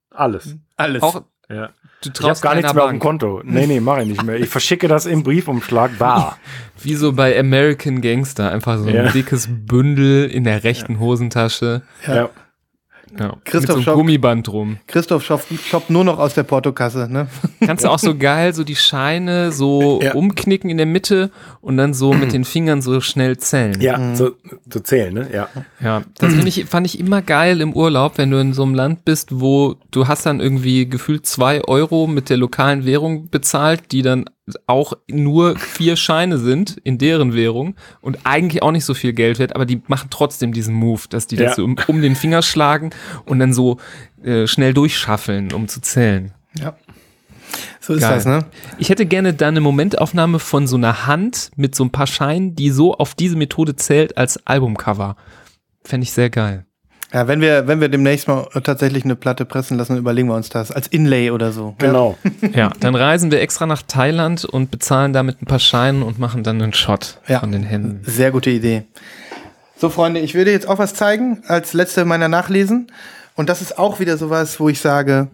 Auch, ja. Du ich habe gar nichts mehr auf dem Konto. Nee, mache ich nicht mehr. Ich verschicke das im Briefumschlag bar. Wie so bei American Gangster. Einfach so ein dickes Bündel in der rechten Hosentasche. Ja. Christoph mit so einem Gummiband drum. Christoph shoppt nur noch aus der Portokasse, ne? Kannst du auch so geil so die Scheine so umknicken in der Mitte und dann so mit den Fingern so schnell zählen. Ja, so zählen, ne? Ja, das fand ich immer geil im Urlaub, wenn du in so einem Land bist, wo du hast dann irgendwie gefühlt 2 Euro mit der lokalen Währung bezahlt, die dann auch nur 4 Scheine sind in deren Währung und eigentlich auch nicht so viel Geld wert, aber die machen trotzdem diesen Move, dass die das so um den Finger schlagen und dann so schnell durchschaffeln, um zu zählen. Ja, so ist das, ne? Ich hätte gerne da eine Momentaufnahme von so einer Hand mit so ein paar Scheinen, die so auf diese Methode zählt als Albumcover. Fände ich sehr geil. Ja, wenn wir demnächst mal tatsächlich eine Platte pressen lassen, überlegen wir uns das. Als Inlay oder so. Genau. Ja, dann reisen wir extra nach Thailand und bezahlen da mit ein paar Scheinen und machen dann einen Shot von den Händen. Sehr gute Idee. So, Freunde, ich will dir jetzt auch was zeigen, als letzte meiner Nachlesen. Und das ist auch wieder sowas, wo ich sage,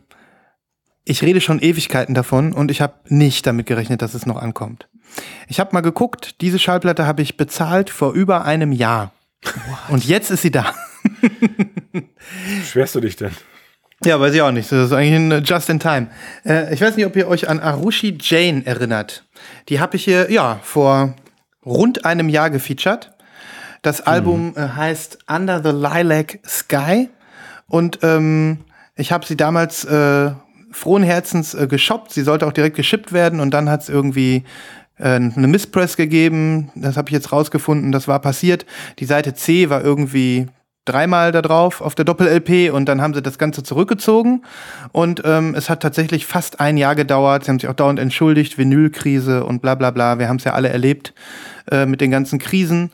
ich rede schon Ewigkeiten davon und ich habe nicht damit gerechnet, dass es noch ankommt. Ich habe mal geguckt, diese Schallplatte habe ich bezahlt vor über einem Jahr. What? Und jetzt ist sie da. Schwerst du dich denn? Ja, weiß ich auch nicht. Das ist eigentlich ein Just in Time. Ich weiß nicht, ob ihr euch an Arushi Jane erinnert. Die habe ich hier, vor rund einem Jahr gefeatured. Das Album heißt Under the Lilac Sky. Und ich habe sie damals frohen Herzens geshoppt. Sie sollte auch direkt geschippt werden. Und dann hat es irgendwie eine Misspress gegeben. Das habe ich jetzt rausgefunden. Das war passiert. Die Seite C war irgendwie dreimal da drauf auf der Doppel-LP und dann haben sie das Ganze zurückgezogen und es hat tatsächlich fast ein Jahr gedauert. Sie haben sich auch dauernd entschuldigt, Vinylkrise und bla bla bla. Wir haben es ja alle erlebt mit den ganzen Krisen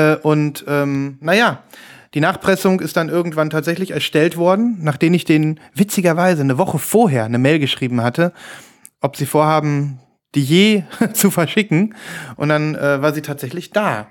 die Nachpressung ist dann irgendwann tatsächlich erstellt worden, nachdem ich denen witzigerweise eine Woche vorher eine Mail geschrieben hatte, ob sie vorhaben, die je zu verschicken und dann war sie tatsächlich da.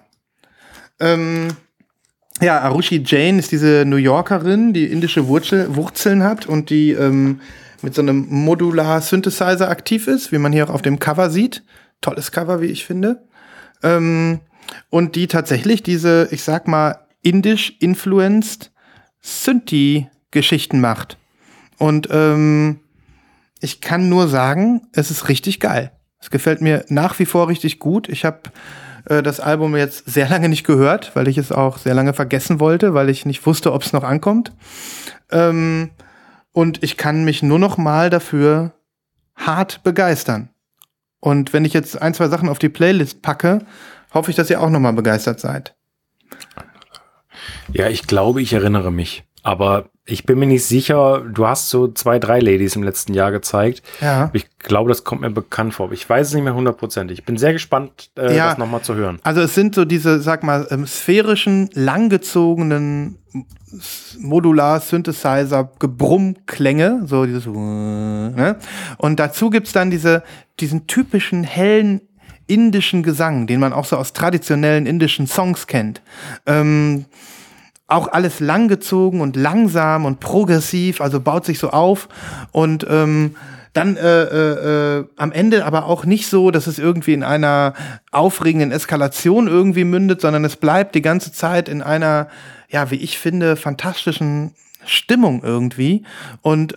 Arushi Jain ist diese New Yorkerin, die indische Wurzeln hat und die mit so einem Modular-Synthesizer aktiv ist, wie man hier auch auf dem Cover sieht. Tolles Cover, wie ich finde. Und die tatsächlich diese, ich sag mal, indisch-influenced Synthi-Geschichten macht. Und ich kann nur sagen, es ist richtig geil. Es gefällt mir nach wie vor richtig gut. Ich habe das Album jetzt sehr lange nicht gehört, weil ich es auch sehr lange vergessen wollte, weil ich nicht wusste, ob es noch ankommt. Und ich kann mich nur noch mal dafür hart begeistern. Und wenn ich jetzt 1, 2 Sachen auf die Playlist packe, hoffe ich, dass ihr auch noch mal begeistert seid. Ja, ich glaube, ich erinnere mich. Aber ich bin mir nicht sicher, du hast so 2, 3 Ladies im letzten Jahr gezeigt. Ja. Ich glaube, das kommt mir bekannt vor. Aber ich weiß es nicht mehr 100%. Ich bin sehr gespannt, das nochmal zu hören. Also es sind so diese, sag mal, sphärischen, langgezogenen Modular-Synthesizer-Gebrummklänge, so dieses ne? Und dazu gibt's dann diesen typischen hellen indischen Gesang, den man auch so aus traditionellen indischen Songs kennt. Auch alles langgezogen und langsam und progressiv, also baut sich so auf und dann am Ende aber auch nicht so, dass es irgendwie in einer aufregenden Eskalation irgendwie mündet, sondern es bleibt die ganze Zeit in einer, ja, wie ich finde, fantastischen Stimmung irgendwie und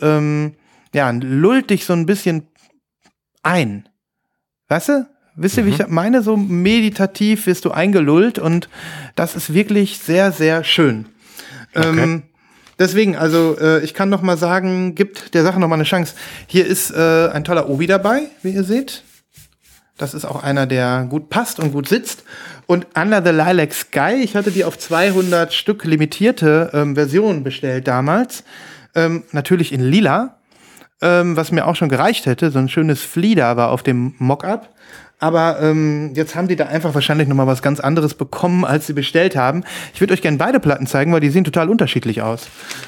lullt dich so ein bisschen ein. Weißt du? Wisst ihr, wie ich meine? So meditativ wirst du eingelullt und das ist wirklich sehr, sehr schön. Okay. Deswegen, also ich kann noch mal sagen, gibt der Sache noch mal eine Chance. Hier ist ein toller Obi dabei, wie ihr seht. Das ist auch einer, der gut passt und gut sitzt. Und Under the Lilac Sky, ich hatte die auf 200 Stück limitierte Version bestellt damals. Natürlich in lila, was mir auch schon gereicht hätte. So ein schönes Flieder war auf dem Mockup. Aber jetzt haben die da einfach wahrscheinlich noch mal was ganz anderes bekommen, als sie bestellt haben. Ich würde euch gerne beide Platten zeigen, weil die sehen total unterschiedlich aus.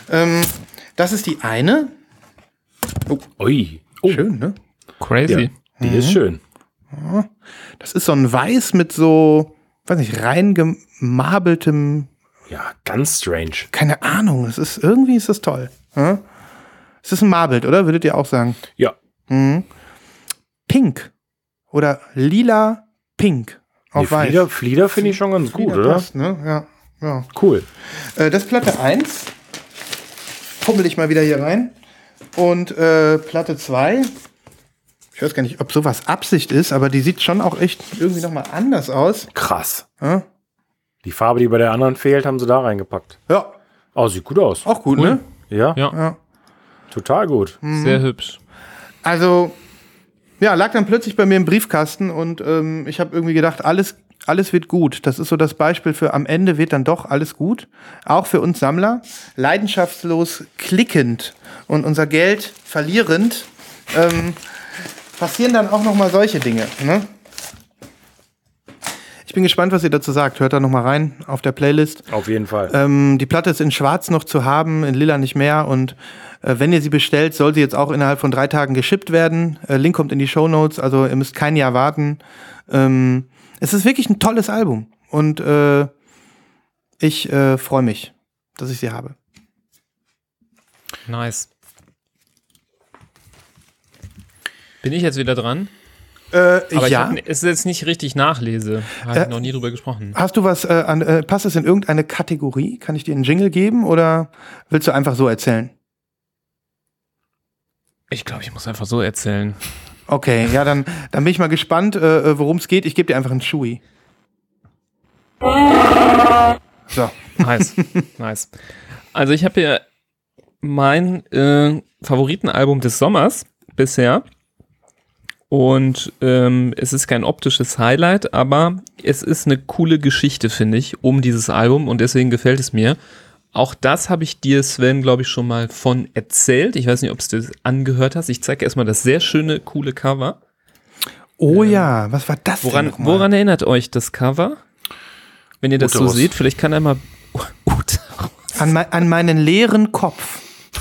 Das ist die eine. Oh. Ui. Oh. Schön, ne? Crazy. Ja, die ist schön. Das ist so ein Weiß mit so, weiß nicht, rein gemarbeltem. Ja, ganz strange. Keine Ahnung. Irgendwie ist das toll. Es ist ein Marbled, oder? Würdet ihr auch sagen? Ja. Pink. Oder lila Pink auf weiß. Flieder finde ich schon ganz gut, oder? Passt, ne? Ja. Cool. Das ist Platte 1. Fummel ich mal wieder hier rein. Und Platte 2. Ich weiß gar nicht, ob sowas Absicht ist, aber die sieht schon auch echt irgendwie nochmal anders aus. Krass. Ja? Die Farbe, die bei der anderen fehlt, haben sie da reingepackt. Ja. Oh, sieht gut aus. Auch gut, Cool. ne? Ja, Ja, total gut. sehr hübsch. Also, ja, lag dann plötzlich bei mir im Briefkasten und ich habe irgendwie gedacht, alles wird gut. Das ist so das Beispiel für am Ende wird dann doch alles gut. Auch für uns Sammler. Leidenschaftslos klickend und unser Geld verlierend passieren dann auch noch mal solche Dinge. Ne? Ich bin gespannt, was ihr dazu sagt. Hört da noch mal rein auf der Playlist. Auf jeden Fall. Die Platte ist in Schwarz noch zu haben, in Lila nicht mehr. Und wenn ihr sie bestellt, soll sie jetzt auch innerhalb von 3 Tagen geschippt werden. Link kommt in die Shownotes, also ihr müsst kein Jahr warten. Es ist wirklich ein tolles Album. Und ich freue mich, dass ich sie habe. Nice. Bin ich jetzt wieder dran? Aber ja. es ist jetzt nicht richtig Nachlese. Habe ich noch nie drüber gesprochen. Hast du was passt es in irgendeine Kategorie? Kann ich dir einen Jingle geben oder willst du einfach so erzählen? Ich glaube, ich muss einfach so erzählen. Okay, ja, dann bin ich mal gespannt, worum es geht. Ich gebe dir einfach einen Shui. So. Nice. Also ich habe hier mein Favoritenalbum des Sommers bisher. Und es ist kein optisches Highlight, aber es ist eine coole Geschichte, finde ich, um dieses Album und deswegen gefällt es mir. Auch das habe ich dir, Sven, glaube ich, schon mal von erzählt. Ich weiß nicht, ob du das angehört hast. Ich zeige erstmal das sehr schöne, coole Cover. Oh ja, was war das denn nochmal? Woran erinnert euch das Cover? Wenn ihr das Uterus. so seht, vielleicht kann einmal An meinen leeren Kopf.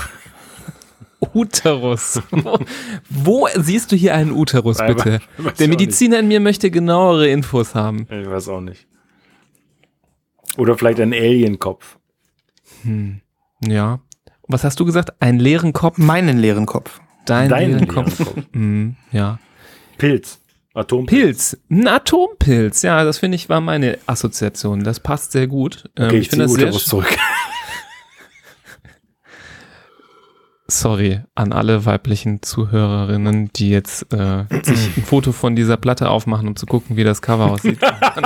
Uterus. Wo siehst du hier einen Uterus, bitte? Weiß Der ich auch Mediziner in mir möchte genauere Infos haben. Ich weiß auch nicht. Oder vielleicht ein Alienkopf. Ja. Was hast du gesagt? Einen leeren Kopf? Meinen leeren Kopf. Deinen Deinen leeren Kopf. leeren Kopf. Ja. Pilz. Atompilz. Pilz. Ein Atompilz. Ja, das finde ich war meine Assoziation. Das passt sehr gut. Okay, ich finde ziehe das Uterus zurück. Sorry an alle weiblichen Zuhörerinnen, die jetzt sich ein Foto von dieser Platte aufmachen, um zu gucken, wie das Cover aussieht.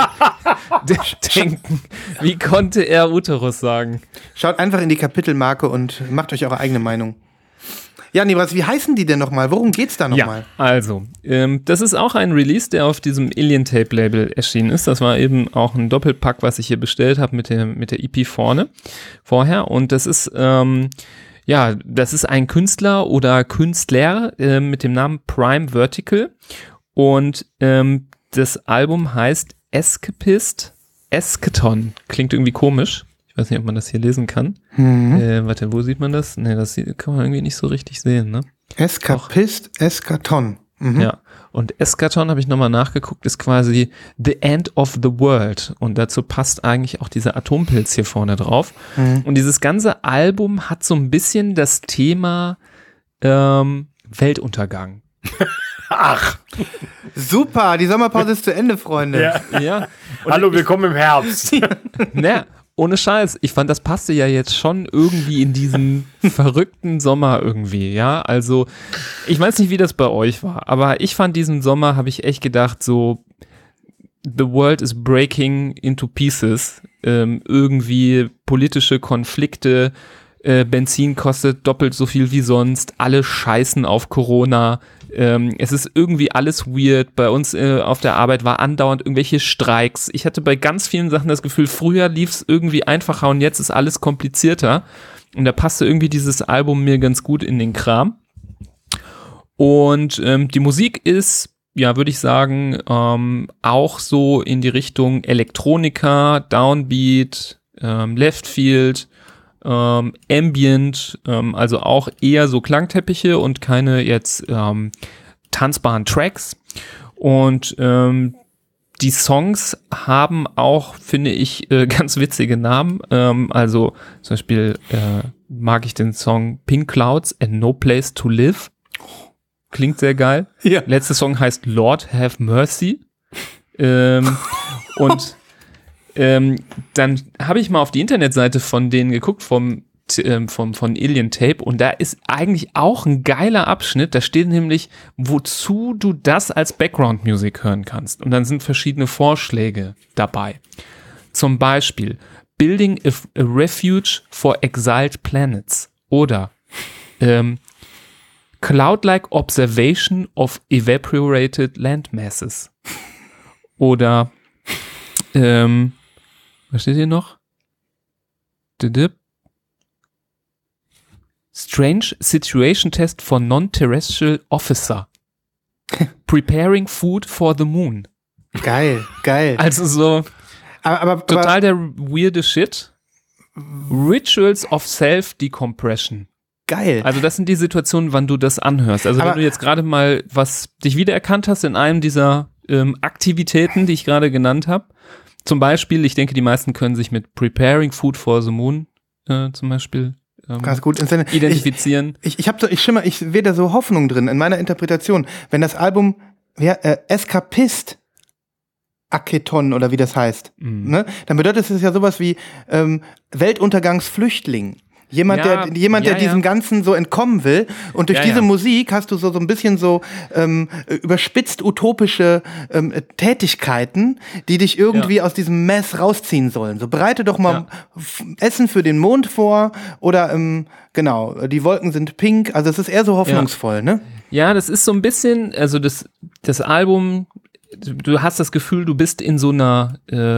Denken, wie konnte er Uterus sagen? Schaut einfach in die Kapitelmarke und macht euch eure eigene Meinung. Ja, Nibras, wie heißen die denn nochmal? Worum geht's da nochmal? Ja, also, das ist auch ein Release, der auf diesem Alien Tape Label erschienen ist. Das war eben auch ein Doppelpack, was ich hier bestellt habe mit der EP vorher. Und das ist, das ist ein Künstler oder Künstler mit dem Namen Prime Vertical. Und das Album heißt Escapist Eschaton. Klingt irgendwie komisch. Ich weiß nicht, ob man das hier lesen kann. Warte, wo sieht man das? Ne, das kann man irgendwie nicht so richtig sehen, ne? Escapist Eschaton. Mhm. Ja, und Eschaton, habe ich nochmal nachgeguckt, ist quasi The End of the World. Und dazu passt eigentlich auch dieser Atompilz hier vorne drauf. Und dieses ganze Album hat so ein bisschen das Thema Weltuntergang. Ach. Super, die Sommerpause ist zu Ende, Freunde. Ja. Und Hallo, willkommen im Herbst. Na, ohne Scheiß. Ich fand, das passte ja jetzt schon irgendwie in diesen verrückten Sommer irgendwie, ja. Also, ich weiß nicht, wie das bei euch war, aber ich fand diesen Sommer, habe ich echt gedacht, so, the world is breaking into pieces. Irgendwie politische Konflikte, Benzin kostet doppelt so viel wie sonst, alle scheißen auf Corona. Es ist irgendwie alles weird. Bei uns auf der Arbeit war andauernd irgendwelche Streiks. Ich hatte bei ganz vielen Sachen das Gefühl, früher lief es irgendwie einfacher und jetzt ist alles komplizierter. Und da passte irgendwie dieses Album mir ganz gut in den Kram. Und die Musik ist, ja, würde ich sagen, auch so in die Richtung Elektronika, Downbeat, Leftfield, Ambient, also auch eher so Klangteppiche und keine jetzt tanzbaren Tracks. Und die Songs haben auch, finde ich, ganz witzige Namen. Also zum Beispiel mag ich den Song Pink Clouds and No Place to Live. Klingt sehr geil. Ja. Letzter Song heißt Lord Have Mercy. Und dann habe ich mal auf die Internetseite von denen geguckt, von Alien Tape, und da ist eigentlich auch ein geiler Abschnitt, da steht nämlich, wozu du das als Background-Music hören kannst. Und dann sind verschiedene Vorschläge dabei. Zum Beispiel Building a Refuge for Exiled Planets oder Cloud-like Observation of Evaporated Landmasses oder was steht hier noch? Strange Situation Test for Non-Terrestrial Officer. Preparing Food for the Moon. Geil. Also so Aber total der weirde Shit. Rituals of Self-Decompression. geil. Also das sind die Situationen, wann du das anhörst. Also Aber- wenn du jetzt gerade mal dich wiedererkannt hast in einem dieser Aktivitäten, die ich gerade genannt habe. Zum Beispiel, ich denke, die meisten können sich mit Preparing Food for the Moon zum Beispiel Ganz gut inszeniert. identifizieren. Ich sehe da so Hoffnung drin in meiner Interpretation. Wenn das Album Escapist Eschaton oder wie das heißt, ne? Dann bedeutet es ja sowas wie Weltuntergangsflüchtling. Jemand, der diesem Ganzen so entkommen will. Und durch diese Musik hast du so ein bisschen so überspitzt utopische Tätigkeiten, die dich irgendwie aus diesem Mess rausziehen sollen. So bereite doch mal Essen für den Mond vor oder genau, die Wolken sind pink. Also es ist eher so hoffnungsvoll, ne? Ja, das ist so ein bisschen, also das Album, du hast das Gefühl, du bist in so einer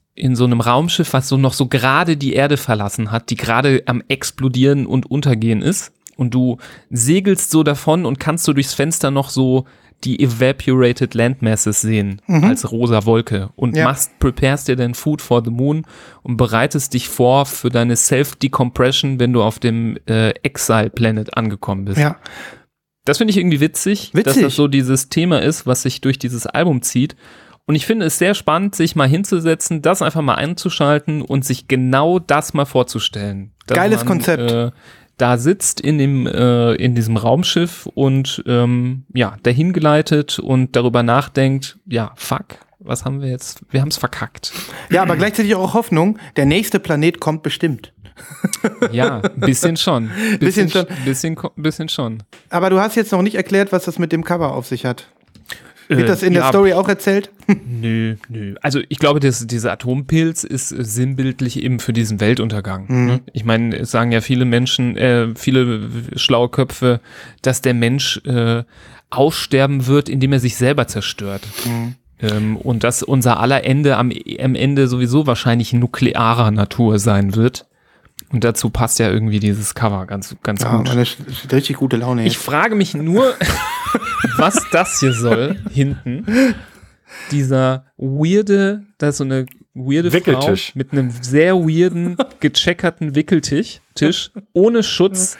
in so einem Raumschiff, was so noch so gerade die Erde verlassen hat, die gerade am Explodieren und Untergehen ist. Und du segelst so davon und kannst so durchs Fenster noch so die evaporated landmasses sehen als rosa Wolke und preparest dir dein Food for the Moon und bereitest dich vor für deine Self-Decompression, wenn du auf dem Exile Planet angekommen bist. Ja. Das finde ich irgendwie witzig, dass das so dieses Thema ist, was sich durch dieses Album zieht. Und ich finde es sehr spannend, sich mal hinzusetzen, das einfach mal einzuschalten und sich genau das mal vorzustellen. Geiles Konzept. Da sitzt in diesem Raumschiff und dahin geleitet und darüber nachdenkt, ja, fuck, was haben wir jetzt? Wir haben es verkackt. Ja, aber gleichzeitig auch Hoffnung, der nächste Planet kommt bestimmt. Ja, ein bisschen schon. Bisschen schon. Aber du hast jetzt noch nicht erklärt, was das mit dem Cover auf sich hat. Wird das in der Story auch erzählt? Nö. Also ich glaube, dieser Atompilz ist sinnbildlich eben für diesen Weltuntergang. Ne? Ich meine, es sagen ja viele Menschen, viele schlaue Köpfe, dass der Mensch aussterben wird, indem er sich selber zerstört. Und dass unser aller Ende am Ende sowieso wahrscheinlich nuklearer Natur sein wird. Und dazu passt ja irgendwie dieses Cover ganz gut. Eine richtig gute Laune jetzt. Ich frage mich nur, was das hier soll, hinten. Dieser weirde, da ist so eine weirde Frau mit einem sehr weirden, gecheckerten Wickeltisch, ohne Schutz,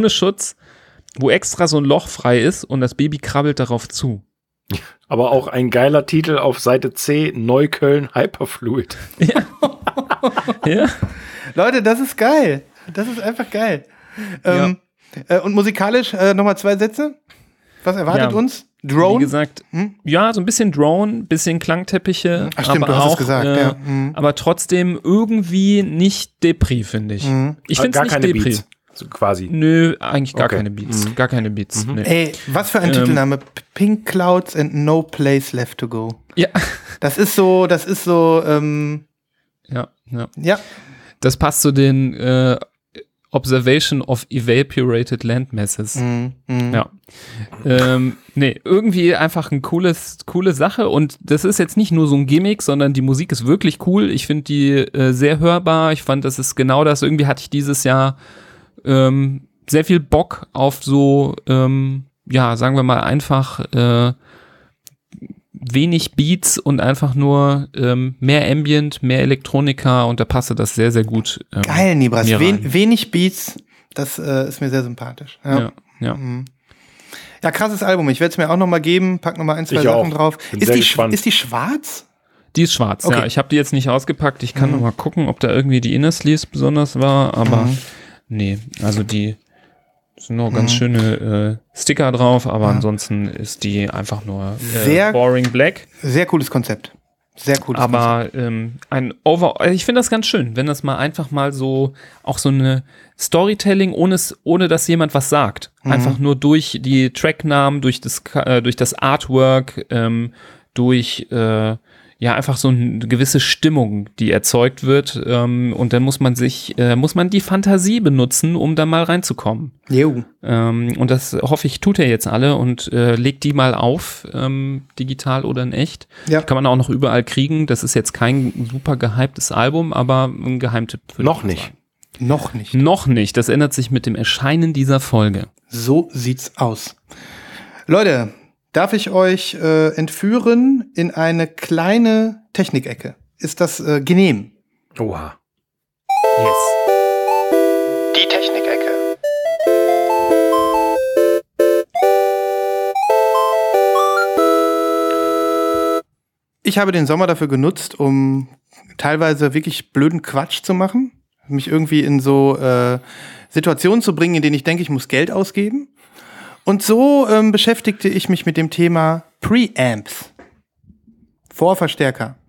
wo extra so ein Loch frei ist und das Baby krabbelt darauf zu. Aber auch ein geiler Titel auf Seite C, Neukölln Hyperfluid. Ja. Ja. Leute, das ist geil. Das ist einfach geil. Und musikalisch nochmal 2 Sätze. Was erwartet uns? Drone? Wie gesagt, ja, so ein bisschen Drone, bisschen Klangteppiche. Ach stimmt, aber du hast auch, es gesagt. Aber trotzdem irgendwie nicht Depri, finde ich. Ich finde es nicht keine Depri. Beats, so quasi. Nö, eigentlich gar keine Beats. Gar keine Beats. Nee. Ey, was für ein Titelname. Pink Clouds and No Place Left to Go. Ja. Das ist so, Ja. Das passt zu den Observation of Evaporated Landmasses. Ja. Nee, irgendwie einfach eine coole Sache und das ist jetzt nicht nur so ein Gimmick, sondern die Musik ist wirklich cool. Ich finde die sehr hörbar. Ich fand, das ist genau das. Irgendwie hatte ich dieses Jahr sehr viel Bock auf so, sagen wir mal einfach wenig Beats und einfach nur mehr Ambient, mehr Elektronika und da passte das sehr, sehr gut. Geil, Nibras. Wenig Beats, das ist mir sehr sympathisch. Ja. Ja, krasses Album. Ich werde es mir auch nochmal geben. Pack nochmal 1, 2 Sachen drauf. Ist die schwarz? Die ist schwarz, okay. Ja. Ich habe die jetzt nicht ausgepackt. Ich kann noch mal gucken, ob da irgendwie die Inner Sleeves besonders war, aber nee, also die sind noch ganz schöne Sticker drauf, aber ansonsten ist die einfach nur boring black. Sehr cooles Konzept. Sehr cooles aber Konzept. Ich finde das ganz schön, wenn das mal einfach mal so, auch so eine Storytelling, ohne dass jemand was sagt. Einfach nur durch die Tracknamen, durch das Artwork, durch einfach so eine gewisse Stimmung, die erzeugt wird, und dann muss man die Fantasie benutzen, um da mal reinzukommen. Und das hoffe ich, tut er jetzt alle und legt die mal auf, digital oder in echt. Ja. Kann man auch noch überall kriegen. Das ist jetzt kein super gehyptes Album, aber ein Geheimtipp. Noch nicht. Noch nicht. Das ändert sich mit dem Erscheinen dieser Folge. So sieht's aus. Leute, darf ich euch entführen in eine kleine Technikecke? Ist das genehm? Oha. Yes. Die Technikecke. Ich habe den Sommer dafür genutzt, um teilweise wirklich blöden Quatsch zu machen. Mich irgendwie in so Situationen zu bringen, in denen ich denke, ich muss Geld ausgeben. Und so beschäftigte ich mich mit dem Thema Preamps. Vorverstärker.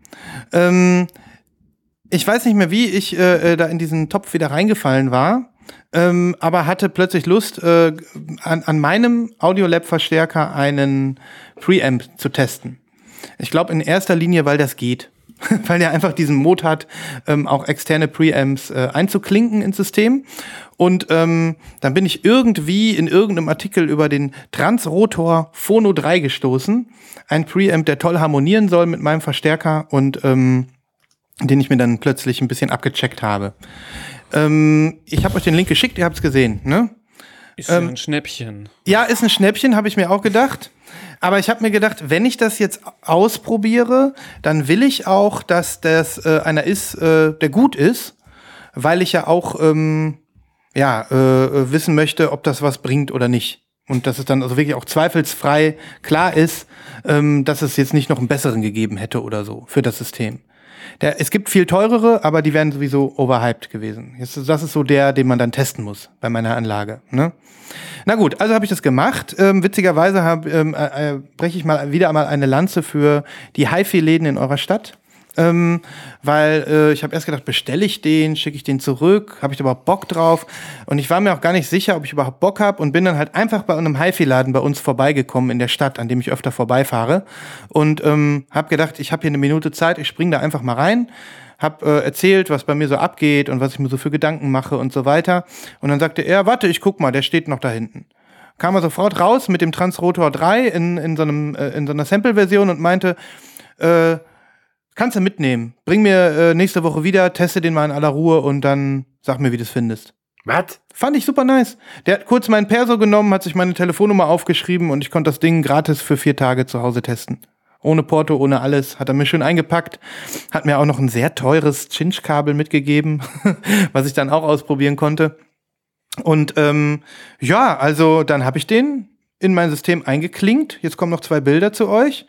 Ich weiß nicht mehr, wie ich da in diesen Topf wieder reingefallen war, aber hatte plötzlich Lust, an meinem Audiolab-Verstärker einen Preamp zu testen. Ich glaube in erster Linie, weil das geht. Weil der einfach diesen Mod hat, auch externe Preamps einzuklinken ins System. Und dann bin ich irgendwie in irgendeinem Artikel über den Transrotor Phono 3 gestoßen. Ein Preamp, der toll harmonieren soll mit meinem Verstärker. Und den ich mir dann plötzlich ein bisschen abgecheckt habe. Ich habe euch den Link geschickt, ihr habt es gesehen, ne? Ist ja ein Schnäppchen. Ja, ist ein Schnäppchen, habe ich mir auch gedacht. Aber ich habe mir gedacht, wenn ich das jetzt ausprobiere, dann will ich auch, dass das einer ist, der gut ist, weil ich ja auch wissen möchte, ob das was bringt oder nicht. Und dass es dann also wirklich auch zweifelsfrei klar ist, dass es jetzt nicht noch einen besseren gegeben hätte oder so für das System. Es gibt viel teurere, aber die wären sowieso overhyped gewesen. Das ist so den man dann testen muss bei meiner Anlage. Ne? Na gut, also habe ich das gemacht. Witzigerweise breche ich wieder einmal eine Lanze für die HiFi-Läden in eurer Stadt. Weil ich habe erst gedacht, bestelle ich den, schicke ich den zurück, habe ich da überhaupt Bock drauf? Und ich war mir auch gar nicht sicher, ob ich überhaupt Bock habe und bin dann halt einfach bei einem HiFi-Laden bei uns vorbeigekommen in der Stadt, an dem ich öfter vorbeifahre und habe gedacht, ich habe hier eine Minute Zeit, ich springe da einfach mal rein, habe erzählt, was bei mir so abgeht und was ich mir so für Gedanken mache und so weiter. Und dann sagte er, warte, ich guck mal, der steht noch da hinten. Kam er sofort raus mit dem Transrotor 3 in so einer Sample-Version und meinte, kannst du mitnehmen. Bring mir nächste Woche wieder, teste den mal in aller Ruhe und dann sag mir, wie du es findest. Was? Fand ich super nice. Der hat kurz meinen Perso genommen, hat sich meine Telefonnummer aufgeschrieben und ich konnte das Ding gratis für 4 Tage zu Hause testen. Ohne Porto, ohne alles. Hat er mir schön eingepackt. Hat mir auch noch ein sehr teures Cinch-Kabel mitgegeben, was ich dann auch ausprobieren konnte. Und also dann habe ich den in mein System eingeklinkt. Jetzt kommen noch 2 Bilder zu euch.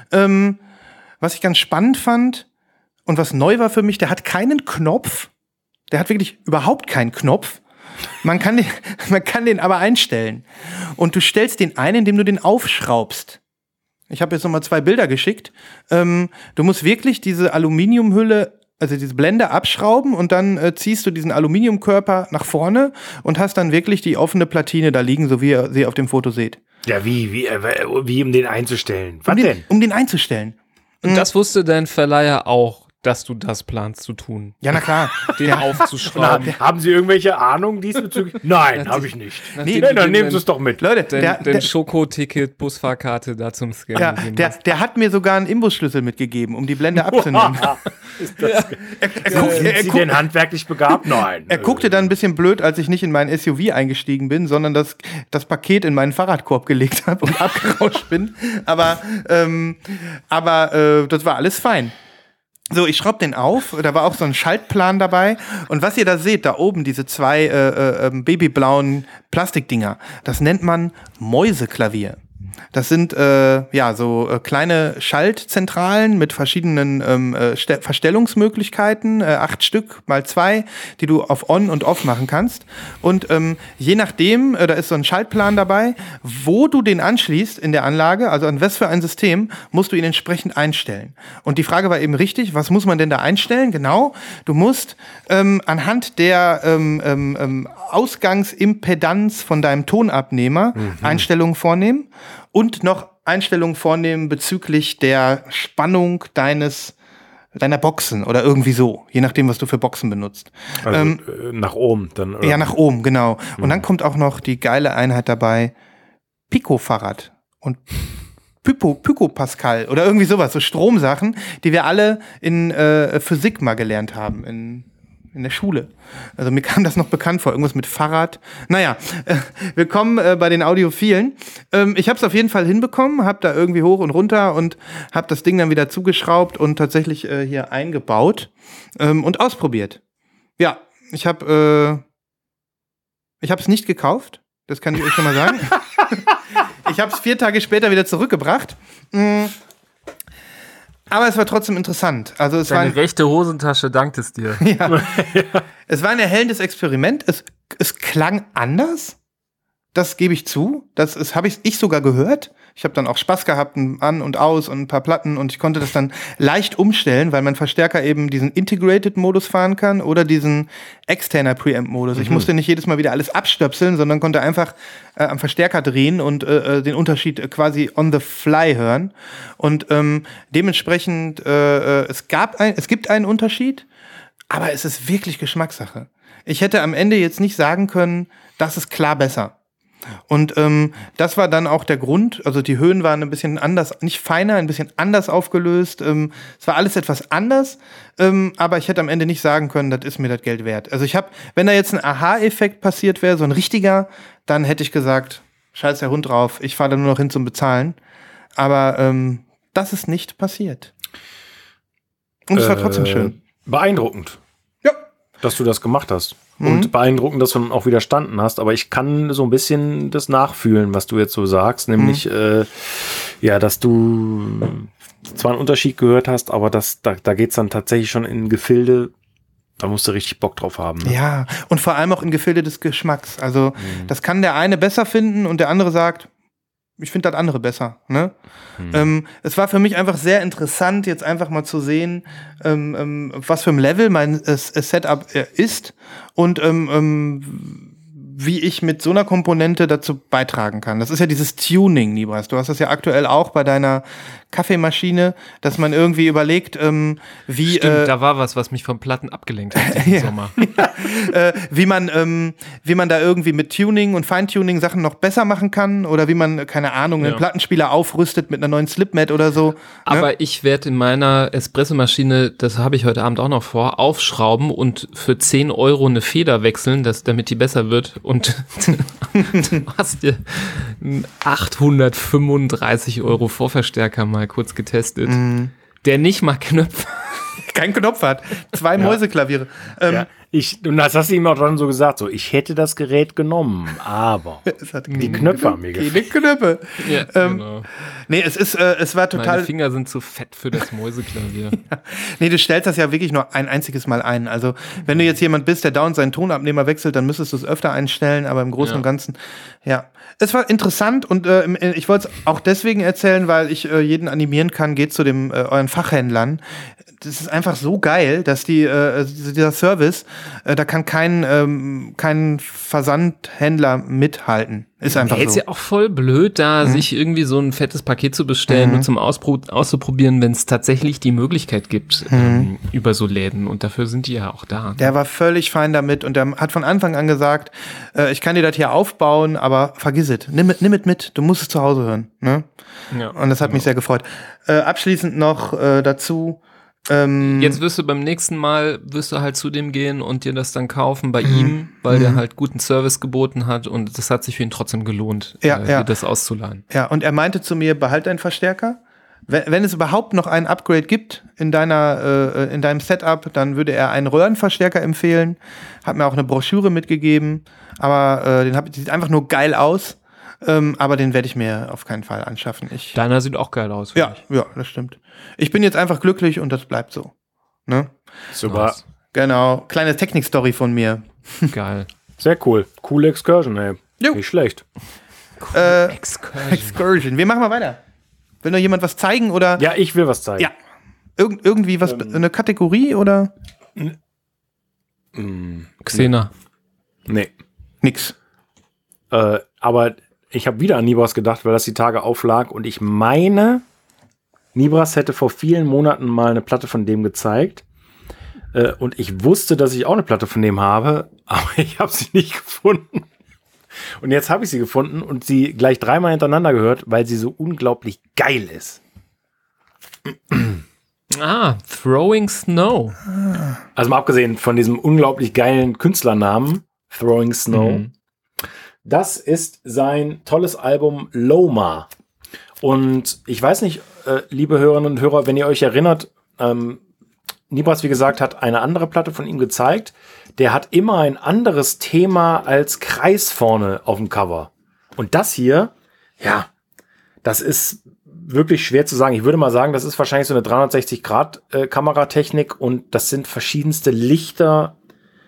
Was ich ganz spannend fand und was neu war für mich, der hat keinen Knopf. Der hat wirklich überhaupt keinen Knopf. Man kann den aber einstellen. Und du stellst den ein, indem du den aufschraubst. Ich habe jetzt nochmal 2 Bilder geschickt. Du musst wirklich diese Aluminiumhülle, also diese Blende abschrauben und dann ziehst du diesen Aluminiumkörper nach vorne und hast dann wirklich die offene Platine da liegen, so wie ihr sie auf dem Foto seht. Ja, wie um den einzustellen? Was denn? Um den einzustellen. Und das wusste dein Verleiher auch, dass du das planst zu tun. Ja, na klar. Den aufzuschrauben. Haben Sie irgendwelche Ahnung diesbezüglich? Nein, habe ich nicht. Nee, dann nehmen Sie es doch mit. Leute, den Schokoticket, Busfahrkarte da zum Scannen. Ja, der hat mir sogar einen Imbusschlüssel mitgegeben, um die Blende abzunehmen. Sind Sie denn handwerklich begabt? Nein. Er guckte dann ein bisschen blöd, als ich nicht in mein SUV eingestiegen bin, sondern das Paket in meinen Fahrradkorb gelegt habe und abgerauscht bin. Aber das war alles fein. So, ich schraube den auf, da war auch so ein Schaltplan dabei und was ihr da seht, da oben diese 2 babyblauen Plastikdinger, das nennt man Mäuseklavier. Das sind kleine Schaltzentralen mit verschiedenen Verstellungsmöglichkeiten, 8 Stück mal 2, die du auf On und Off machen kannst. Und je nachdem, da ist so ein Schaltplan dabei, wo du den anschließt in der Anlage, also an was für ein System, musst du ihn entsprechend einstellen. Und die Frage war eben richtig, was muss man denn da einstellen? Genau, du musst anhand der Ausgangsimpedanz von deinem Tonabnehmer Einstellungen vornehmen und noch Einstellungen vornehmen bezüglich der Spannung deiner Boxen oder irgendwie so, je nachdem, was du für Boxen benutzt. Also nach oben dann? Oder? Ja, nach oben, genau. Und dann kommt auch noch die geile Einheit dabei, Pico-Farad und Picopascal oder irgendwie sowas, so Stromsachen, die wir alle in Physik mal gelernt haben, in der Schule. Also mir kam das noch bekannt vor, irgendwas mit Fahrrad. Naja, willkommen bei den Audiophilen. Ich habe es auf jeden Fall hinbekommen, habe da irgendwie hoch und runter und habe das Ding dann wieder zugeschraubt und tatsächlich hier eingebaut und ausprobiert. Ja, ich habe es nicht gekauft, das kann ich euch schon mal sagen. Ich habe es 4 Tage später wieder zurückgebracht. Aber es war trotzdem interessant. Also Deine rechte Hosentasche dankt es dir. Ja. Es war ein erhellendes Experiment. Es klang anders. Das gebe ich zu. Das habe ich sogar gehört. Ich habe dann auch Spaß gehabt, an und aus und ein paar Platten und ich konnte das dann leicht umstellen, weil mein Verstärker eben diesen Integrated-Modus fahren kann oder diesen externer Preamp-Modus. Ich musste nicht jedes Mal wieder alles abstöpseln, sondern konnte einfach am Verstärker drehen und den Unterschied quasi on the fly hören. Und dementsprechend, es gibt einen Unterschied, aber es ist wirklich Geschmackssache. Ich hätte am Ende jetzt nicht sagen können, das ist klar besser. Und das war dann auch der Grund. Also die Höhen waren ein bisschen anders, nicht feiner, ein bisschen anders aufgelöst. Es war alles etwas anders, aber ich hätte am Ende nicht sagen können, das ist mir das Geld wert. Also wenn da jetzt ein Aha-Effekt passiert wäre, so ein richtiger, dann hätte ich gesagt, scheiß der Hund drauf, ich fahre da nur noch hin zum Bezahlen. Aber das ist nicht passiert. Und es war trotzdem schön. Beeindruckend. Ja. Dass du das gemacht hast. Und beeindruckend, dass du dann auch widerstanden hast. Aber ich kann so ein bisschen das nachfühlen, was du jetzt so sagst. Nämlich, dass du zwar einen Unterschied gehört hast, aber da geht's dann tatsächlich schon in Gefilde, da musst du richtig Bock drauf haben. Ne? Ja, und vor allem auch in Gefilde des Geschmacks. Also das kann der eine besser finden und der andere sagt, ich finde das andere besser. Ne? Es war für mich einfach sehr interessant, jetzt einfach mal zu sehen, was für ein Level mein Setup ist und wie ich mit so einer Komponente dazu beitragen kann. Das ist ja dieses Tuning, Nibras. Du hast das ja aktuell auch bei deiner Kaffeemaschine, dass man irgendwie überlegt, wie... Stimmt, da war was mich vom Platten abgelenkt hat diesen Sommer. wie man da irgendwie mit Tuning und Feintuning Sachen noch besser machen kann oder wie man, keine Ahnung, einen Plattenspieler aufrüstet mit einer neuen Slipmat oder so. Aber ne? ich werde in meiner Espressomaschine, das habe ich heute Abend auch noch vor, aufschrauben und für 10 Euro eine Feder wechseln, damit die besser wird. Und du hast dir einen 835 Euro Vorverstärker mal kurz getestet, der nicht mal Knöpfe. Kein Knopf hat. 2 Mäuseklaviere. Und das hast du ihm auch dann so gesagt, so, ich hätte das Gerät genommen, aber die Knöpfe haben mir gefehlt. Die Knöpfe. Ja, genau. Nee, es war total... Meine Finger sind zu fett für das Mäuseklavier. Nee, du stellst das ja wirklich nur ein einziges Mal ein. Also, wenn du jetzt jemand bist, der dauernd seinen Tonabnehmer wechselt, dann müsstest du es öfter einstellen, aber im Großen und Ganzen, Es war interessant und ich wollte es auch deswegen erzählen, weil ich jeden animieren kann, geht zu euren Fachhändlern. Das ist einfach so geil, dass dieser Service, da kann kein Versandhändler mithalten. Ist einfach so. Ist ja auch voll blöd, da sich irgendwie so ein fettes Paket zu bestellen und zum auszuprobieren, wenn es tatsächlich die Möglichkeit gibt über so Läden. Und dafür sind die ja auch da. Der war völlig fein damit und der hat von Anfang an gesagt, ich kann dir das hier aufbauen, aber vergiss es. Nimm es mit. Du musst es zu Hause hören. Ne? Ja, und das hat mich sehr gefreut. Abschließend noch dazu, jetzt wirst du beim nächsten Mal halt zu dem gehen und dir das dann kaufen bei ihm, weil der halt guten Service geboten hat und das hat sich für ihn trotzdem gelohnt, dir das auszuleihen. Ja, und er meinte zu mir, behalt deinen Verstärker. Wenn es überhaupt noch ein Upgrade gibt in deinem Setup, dann würde er einen Röhrenverstärker empfehlen. Hat mir auch eine Broschüre mitgegeben, aber die sieht einfach nur geil aus. Aber den werde ich mir auf keinen Fall anschaffen. Deiner sieht auch geil aus. Ja, das stimmt. Ich bin jetzt einfach glücklich und das bleibt so. Ne? Super. Nice. Genau. Kleine Technik-Story von mir. Geil. Sehr cool. Coole Excursion, ey. Jo. Nicht schlecht. Excursion. Wir machen mal weiter. Will noch jemand was zeigen oder? Ja, ich will was zeigen. Ja. Irgendwie was, eine Kategorie oder? Xena. Nee. Nix. Aber ich habe wieder an Nibras gedacht, weil das die Tage auflag und ich meine, Nibras hätte vor vielen Monaten mal eine Platte von dem gezeigt und ich wusste, dass ich auch eine Platte von dem habe, aber ich habe sie nicht gefunden. Und jetzt habe ich sie gefunden und sie gleich 3-mal hintereinander gehört, weil sie so unglaublich geil ist. Throwing Snow. Also mal abgesehen von diesem unglaublich geilen Künstlernamen, Throwing Snow. Das ist sein tolles Album Loma. Und ich weiß nicht, liebe Hörerinnen und Hörer, wenn ihr euch erinnert, Nibras, wie gesagt, hat eine andere Platte von ihm gezeigt. Der hat immer ein anderes Thema als Kreis vorne auf dem Cover. Und das hier, das ist wirklich schwer zu sagen. Ich würde mal sagen, das ist wahrscheinlich so eine 360-Grad-Kameratechnik und das sind verschiedenste Lichter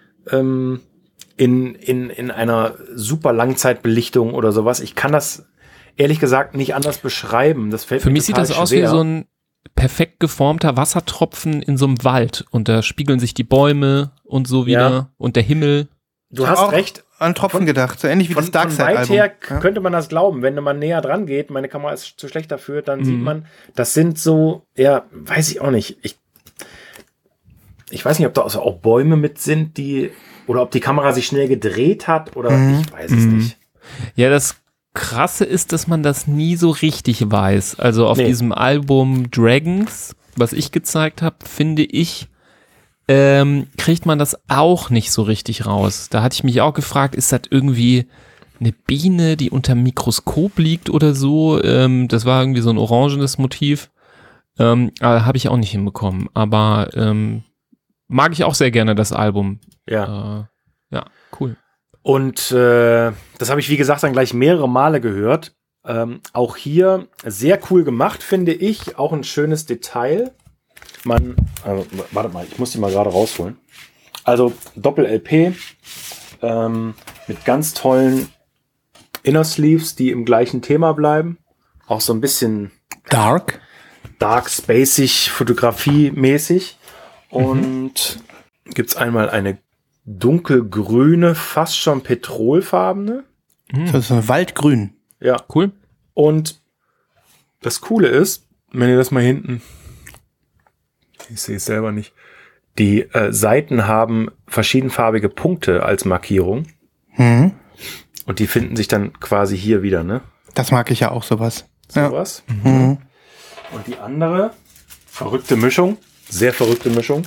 in einer super Langzeitbelichtung oder sowas. Ich kann das ehrlich gesagt nicht anders beschreiben. Das fällt Für mir mich sieht das total aus schwer. wie so ein perfekt geformter Wassertropfen in so einem Wald und da spiegeln sich die Bäume und so wieder und der Himmel. Du hast recht. An Tropfen gedacht, so ähnlich wie das Darkseid-Album. Von weit her könnte man das glauben. Wenn man näher dran geht, meine Kamera ist zu schlecht dafür, dann sieht man, das sind so, weiß ich auch nicht. Ich weiß nicht, ob da auch Bäume mit sind, oder ob die Kamera sich schnell gedreht hat oder ich weiß es nicht. Ja, das Krasse ist, dass man das nie so richtig weiß. Also auf diesem Album Dragons, was ich gezeigt habe, finde ich, kriegt man das auch nicht so richtig raus. Da hatte ich mich auch gefragt, ist das irgendwie eine Biene, die unterm Mikroskop liegt oder so? Das war irgendwie so ein orangenes Motiv. Habe ich auch nicht hinbekommen. Aber mag ich auch sehr gerne, das Album. Ja. Ja, cool. Und das habe ich, wie gesagt, dann gleich mehrere Male gehört. Auch hier sehr cool gemacht, finde ich. Auch ein schönes Detail. Warte mal, ich muss die mal gerade rausholen. Also Doppel-LP mit ganz tollen Inner Sleeves, die im gleichen Thema bleiben. Auch so ein bisschen Dark, spacig, fotografiemäßig. Und gibt's einmal eine dunkelgrüne, fast schon petrolfarbene. Das ist ein Waldgrün. Ja, Cool. und das Coole ist, wenn ihr das mal hinten, ich sehe es selber nicht, die Seiten haben verschiedenfarbige Punkte als Markierung. Mhm. Und die finden sich dann quasi hier wieder, ne? Das mag ich ja auch, sowas. Sowas. Mhm. Und die andere, verrückte Mischung, sehr verrückte Mischung,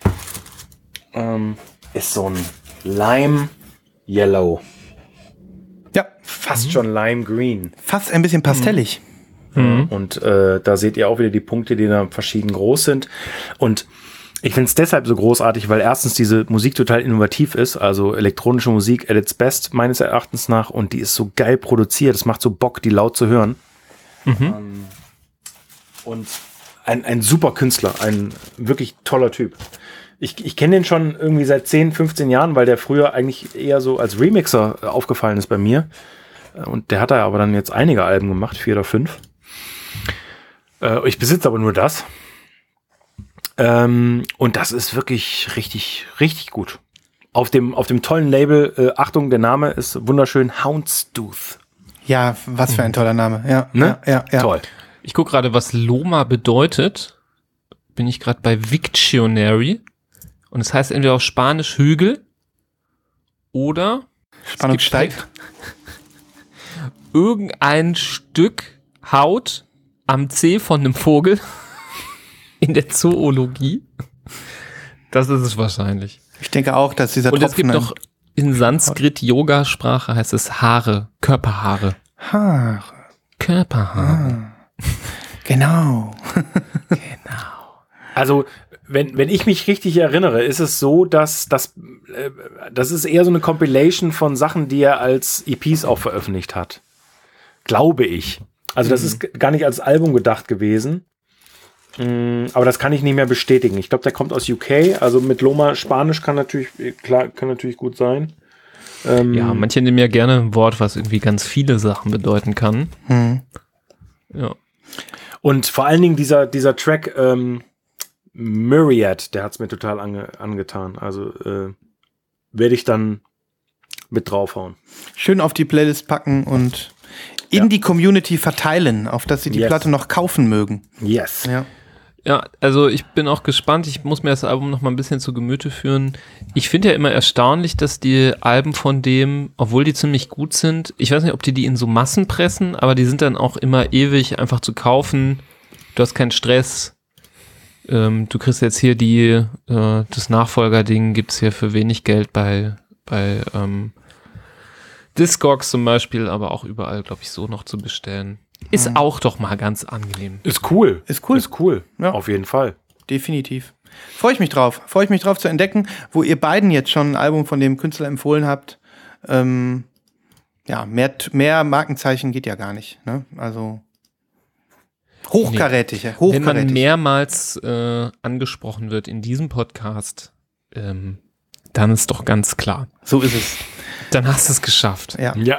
ist so ein Lime Yellow. Ja, Fast schon Lime Green. fast ein bisschen pastellig. Und da seht ihr auch wieder die Punkte, die da verschieden groß sind. Und ich finde es deshalb so großartig, weil erstens diese Musik total innovativ ist. Also elektronische Musik at its best, meines Erachtens nach. Und die ist so geil produziert. Es macht so Bock, die laut zu hören. Und ein super Künstler, ein wirklich toller Typ. Ich kenne den schon irgendwie seit 10, 15 Jahren, weil der früher eigentlich eher so als Remixer aufgefallen ist bei mir. Und der hat da aber dann jetzt einige Alben gemacht, 4 oder 5. Ich besitze aber nur das. Und das ist wirklich richtig, richtig gut. Auf dem tollen Label, Achtung, der Name ist wunderschön, Houndstooth. Ja, was für ein toller Name. Ja, Ne? ja. Toll. Ich gucke gerade, was Loma bedeutet. Bin ich gerade bei Wiktionary. Und es heißt entweder auf Spanisch Hügel oder Spannung steigt. irgendein Stück Haut am Zeh von einem Vogel in der Zoologie. Das ist es wahrscheinlich. Ich denke auch, dass dieser Und es Tropfen... gibt doch in Sanskrit-Yoga-Sprache heißt es Haare, Körperhaare. Haare. Körperhaare. Genau. Also, wenn ich mich richtig erinnere, ist es so, dass das ist eher so eine Compilation von Sachen, die er als EPs auch veröffentlicht hat. Glaube ich. Also das ist gar nicht als Album gedacht gewesen. Aber das kann ich nicht mehr bestätigen. Ich glaube, der kommt aus UK. Also mit Loma Spanisch kann natürlich gut sein. Ja, manche nehmen ja gerne ein Wort, was irgendwie ganz viele Sachen bedeuten kann. Ja. Und vor allen Dingen dieser Track Myriad, der hat's mir total angetan. Also werde ich dann mit draufhauen. Schön auf die Playlist packen und in die Community verteilen, auf dass sie die Platte noch kaufen mögen. Yes. Ja. Ja, also ich bin auch gespannt. Ich muss mir das Album noch mal ein bisschen zu Gemüte führen. Ich finde ja immer erstaunlich, dass die Alben von dem, obwohl die ziemlich gut sind, ich weiß nicht, ob die in so Massen pressen, aber die sind dann auch immer ewig einfach zu kaufen. Du hast keinen Stress. Du kriegst jetzt hier das Nachfolgerding gibt's hier für wenig Geld bei Discogs zum Beispiel, aber auch überall, glaube ich, so noch zu bestellen. Ist auch doch mal ganz angenehm. Ist cool. Ist cool. Ist cool. Ja. Auf jeden Fall. Definitiv. Freue ich mich drauf zu entdecken, wo ihr beiden jetzt schon ein Album von dem Künstler empfohlen habt. Ja, mehr Markenzeichen geht ja gar nicht. Ne? Also hochkarätig. Wenn man mehrmals angesprochen wird in diesem Podcast, dann ist doch ganz klar. So ist es. Dann hast du es geschafft. Ja. Ja.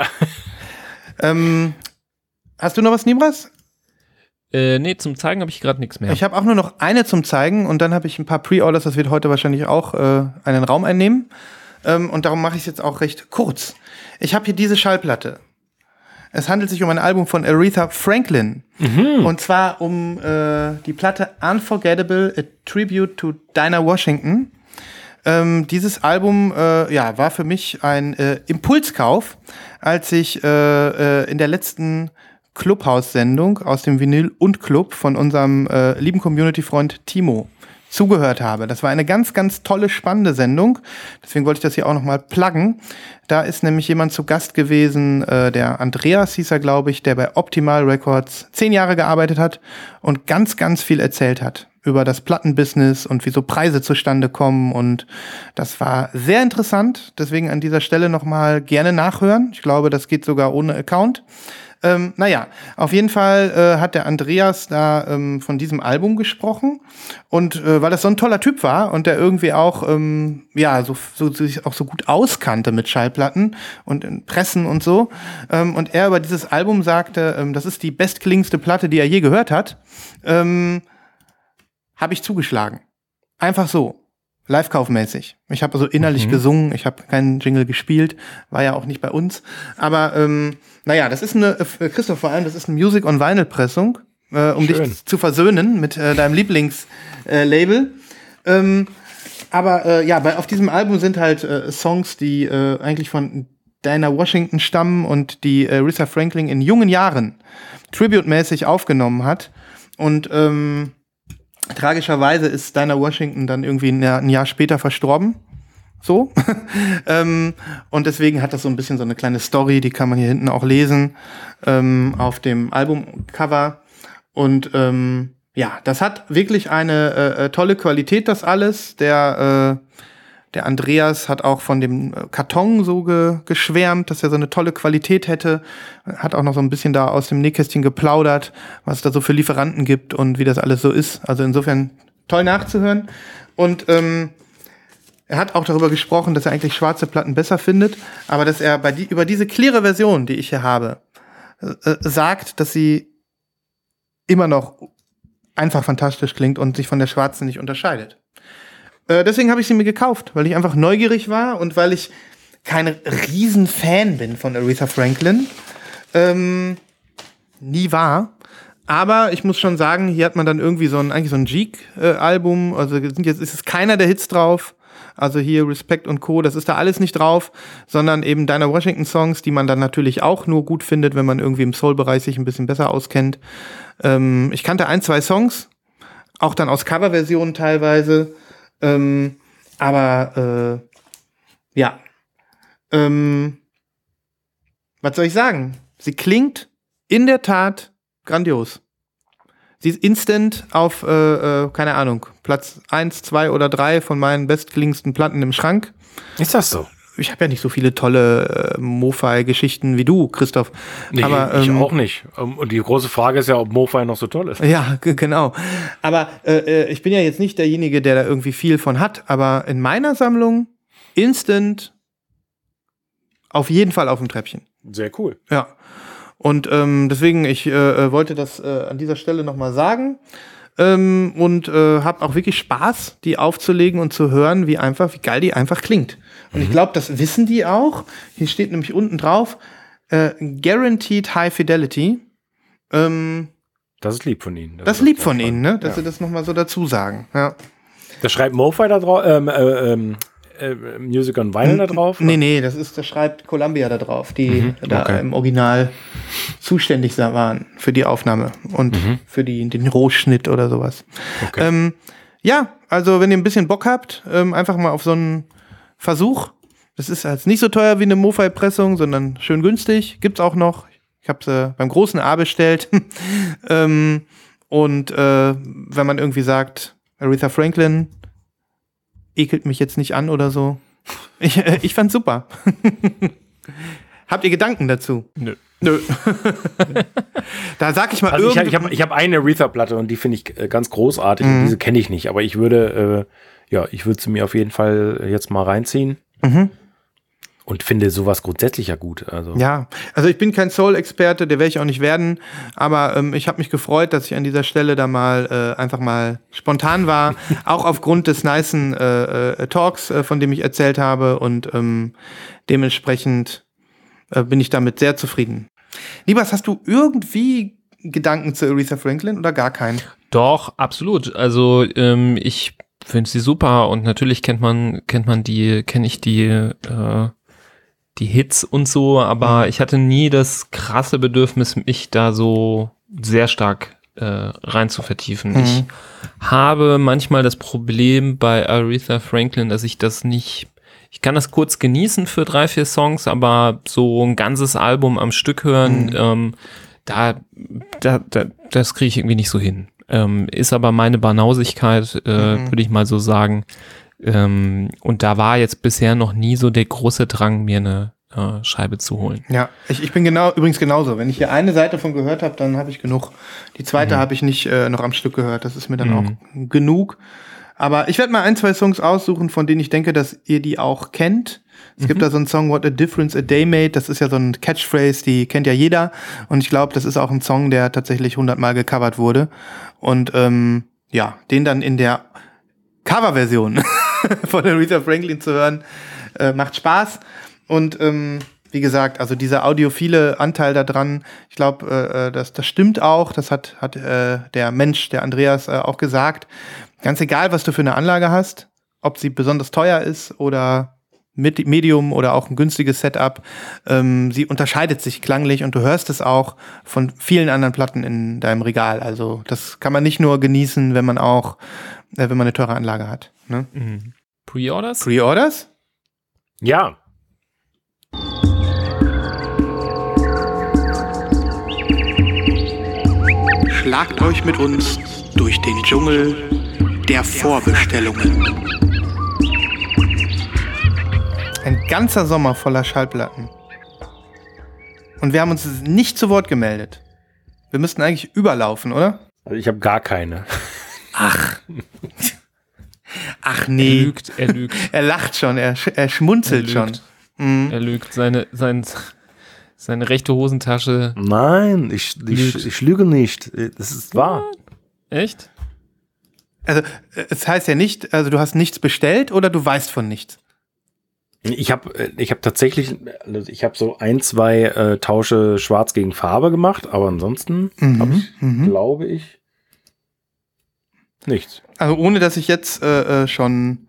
Hast du noch was, Nimras? Nee, zum Zeigen habe ich gerade nichts mehr. Ich habe auch nur noch eine zum Zeigen und dann habe ich ein paar Pre-Orders, das wird heute wahrscheinlich auch einen Raum einnehmen. Und darum mache ich es jetzt auch recht kurz. Ich habe hier diese Schallplatte. Es handelt sich um ein Album von Aretha Franklin. Und zwar um die Platte Unforgettable, A Tribute to Dinah Washington. Dieses Album war für mich ein Impulskauf, als ich in der letzten Clubhouse-Sendung aus dem Vinyl und Club von unserem lieben Community-Freund Timo zugehört habe. Das war eine ganz, ganz tolle, spannende Sendung. Deswegen wollte ich das hier auch nochmal pluggen. Da ist nämlich jemand zu Gast gewesen, der Andreas hieß er, glaube ich, der bei Optimal Records 10 Jahre gearbeitet hat und ganz, ganz viel erzählt hat über das Plattenbusiness und wie so Preise zustande kommen. Und das war sehr interessant. Deswegen an dieser Stelle nochmal gerne nachhören. Ich glaube, das geht sogar ohne Account. Naja, auf jeden Fall hat der Andreas da von diesem Album gesprochen und weil das so ein toller Typ war und der irgendwie auch sich auch so gut auskannte mit Schallplatten und Pressen und so und er über dieses Album sagte, das ist die bestklingendste Platte, die er je gehört hat, habe ich zugeschlagen. Einfach so. Live-kaufmäßig. Ich habe also innerlich gesungen, ich habe keinen Jingle gespielt, war ja auch nicht bei uns. Aber das ist Christoph, vor allem, das ist eine Music-on-Vinyl-Pressung, um dich zu versöhnen mit deinem Lieblingslabel. Auf diesem Album sind halt Songs, die eigentlich von Dinah Washington stammen und die Aretha Franklin in jungen Jahren tribute-mäßig aufgenommen hat. Und tragischerweise ist Dinah Washington dann irgendwie ein Jahr später verstorben. So. Und deswegen hat das so ein bisschen so eine kleine Story, die kann man hier hinten auch lesen, auf dem Albumcover. Und das hat wirklich eine tolle Qualität, das alles. Der Andreas hat auch von dem Karton so geschwärmt, dass er so eine tolle Qualität hätte. Hat auch noch so ein bisschen da aus dem Nähkästchen geplaudert, was es da so für Lieferanten gibt und wie das alles so ist. Also insofern toll nachzuhören. Und er hat auch darüber gesprochen, dass er eigentlich schwarze Platten besser findet, aber dass er über diese cleare Version, die ich hier habe, sagt, dass sie immer noch einfach fantastisch klingt und sich von der schwarzen nicht unterscheidet. Deswegen habe ich sie mir gekauft, weil ich einfach neugierig war und weil ich kein Riesenfan bin von Aretha Franklin. Nie war. Aber ich muss schon sagen, hier hat man dann irgendwie so ein Jeek-Album. Also ist es keiner der Hits drauf. Also hier Respect und Co., das ist da alles nicht drauf, sondern eben Dinah Washington Songs, die man dann natürlich auch nur gut findet, wenn man irgendwie im Soul-Bereich sich ein bisschen besser auskennt. Ich kannte 1, 2 Songs, auch dann aus Coverversionen teilweise. Was soll ich sagen? Sie klingt in der Tat grandios. Sie ist instant auf, keine Ahnung, Platz 1, 2 oder 3 von meinen bestklingendsten Platten im Schrank. Ist das so? Ich habe ja nicht so viele tolle Mo-Fi-Geschichten wie du, Christoph. Nee, aber, ich auch nicht. Und die große Frage ist ja, ob Mo-Fi noch so toll ist. Ja, genau. Aber ich bin ja jetzt nicht derjenige, der da irgendwie viel von hat. Aber in meiner Sammlung instant auf jeden Fall auf dem Treppchen. Sehr cool. Ja. Und deswegen, ich wollte das an dieser Stelle nochmal sagen. Und habe auch wirklich Spaß, die aufzulegen und zu hören, wie geil die einfach klingt. Und ich glaube, das wissen die auch. Hier steht nämlich unten drauf, Guaranteed High Fidelity. Das ist lieb von Ihnen. Das ist lieb von Ihnen, ne? Dass Sie das nochmal so dazu sagen. Ja. Da schreibt Mo-Fi da drauf, Music on Vinyl da drauf? Nee, da schreibt Columbia da drauf, die im Original zuständig waren für die Aufnahme und für den Rohschnitt oder sowas. Okay. Also wenn ihr ein bisschen Bock habt, einfach mal auf so einen Versuch. Das ist jetzt nicht so teuer wie eine Mo-Fi-Pressung, sondern schön günstig. Gibt's auch noch. Ich habe sie beim großen A bestellt. Wenn man irgendwie sagt, Aretha Franklin ekelt mich jetzt nicht an oder so. Ich fand's super. Habt ihr Gedanken dazu? Nö. Da sag ich mal also ich hab eine Aretha-Platte und die finde ich ganz großartig und diese kenne ich nicht, aber ich würde sie mir auf jeden Fall jetzt mal reinziehen und finde sowas grundsätzlich ja gut. Also ich bin kein Soul-Experte, der werde ich auch nicht werden, aber ich habe mich gefreut, dass ich an dieser Stelle da mal einfach mal spontan war, auch aufgrund des nicen Talks, von dem ich erzählt habe und dementsprechend bin ich damit sehr zufrieden. Liebers, hast du irgendwie Gedanken zu Aretha Franklin oder gar keinen? Doch, absolut. Also ich finde sie super und natürlich kenne ich die die Hits und so, aber ich hatte nie das krasse Bedürfnis, mich da so sehr stark rein zu vertiefen. Ich habe manchmal das Problem bei Aretha Franklin, dass ich das nicht, ich kann das kurz genießen für 3-4 Songs, aber so ein ganzes Album am Stück hören, das kriege ich irgendwie nicht so hin. Ist aber meine Banausigkeit, würde ich mal so sagen. Und da war jetzt bisher noch nie so der große Drang, mir eine Scheibe zu holen. Ja, ich bin übrigens genauso. Wenn ich hier eine Seite von gehört habe, dann habe ich genug. Die zweite habe ich nicht noch am Stück gehört. Das ist mir dann auch genug. Aber ich werde mal 1, 2 Songs aussuchen, von denen ich denke, dass ihr die auch kennt. Es gibt da so einen Song, What a Difference a Day Made. Das ist ja so ein Catchphrase, die kennt ja jeder. Und ich glaube, das ist auch ein Song, der tatsächlich 100-mal gecovert wurde. Und den dann in der Coverversion von Aretha Franklin zu hören, macht Spaß. Und wie gesagt, also dieser audiophile Anteil da dran, ich glaube, das stimmt auch. Das hat der Mensch, der Andreas, auch gesagt. Ganz egal, was du für eine Anlage hast, ob sie besonders teuer ist oder Medium oder auch ein günstiges Setup, sie unterscheidet sich klanglich und du hörst es auch von vielen anderen Platten in deinem Regal. Also das kann man nicht nur genießen, wenn man eine teure Anlage hat. Ne? Pre-Orders? Pre-Orders? Ja. Schlagt euch mit uns durch den Dschungel der Vorbestellungen. Ein ganzer Sommer voller Schallplatten. Und wir haben uns nicht zu Wort gemeldet. Wir müssten eigentlich überlaufen, oder? Also ich habe gar keine. Ach nee. Er lügt. Er lacht schon, er schmunzelt schon. Er lügt. Seine rechte Hosentasche. Nein, ich lüge nicht. Das ist wahr. Echt? Also, es heißt ja nicht, also du hast nichts bestellt oder du weißt von nichts? Ich habe tatsächlich, also ich habe so 1, 2 Tausche Schwarz gegen Farbe gemacht, aber ansonsten habe ich, glaube ich, nichts. Also ohne, dass ich jetzt schon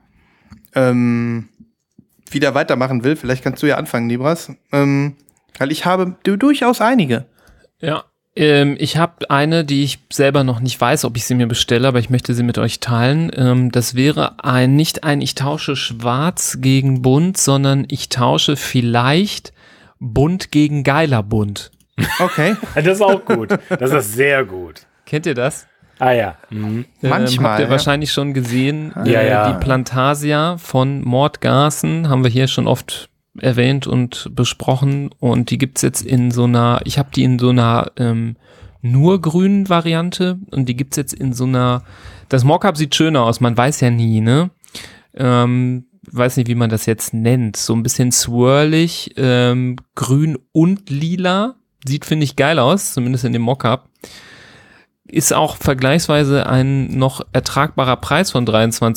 wieder weitermachen will, vielleicht kannst du ja anfangen, Libras, weil ich habe durchaus einige. Ja. Ich habe eine, die ich selber noch nicht weiß, ob ich sie mir bestelle, aber ich möchte sie mit euch teilen. Das wäre ich tausche Schwarz gegen Bunt, sondern ich tausche vielleicht Bunt gegen geiler Bunt. Okay. Das ist auch gut. Das ist sehr gut. Kennt ihr das? Ah ja. Manchmal. Habt ihr wahrscheinlich schon gesehen. Ja. Die Plantasia von Mort Garson haben wir hier schon oft erwähnt und besprochen und die gibt's jetzt ich habe die in so einer nur grünen Variante und die gibt's jetzt in so einer, das Mockup sieht schöner aus, man weiß ja nie, ne? Weiß nicht, wie man das jetzt nennt, so ein bisschen swirlig, grün und lila, sieht, finde ich, geil aus, zumindest in dem Mockup. Ist auch vergleichsweise ein noch ertragbarer Preis von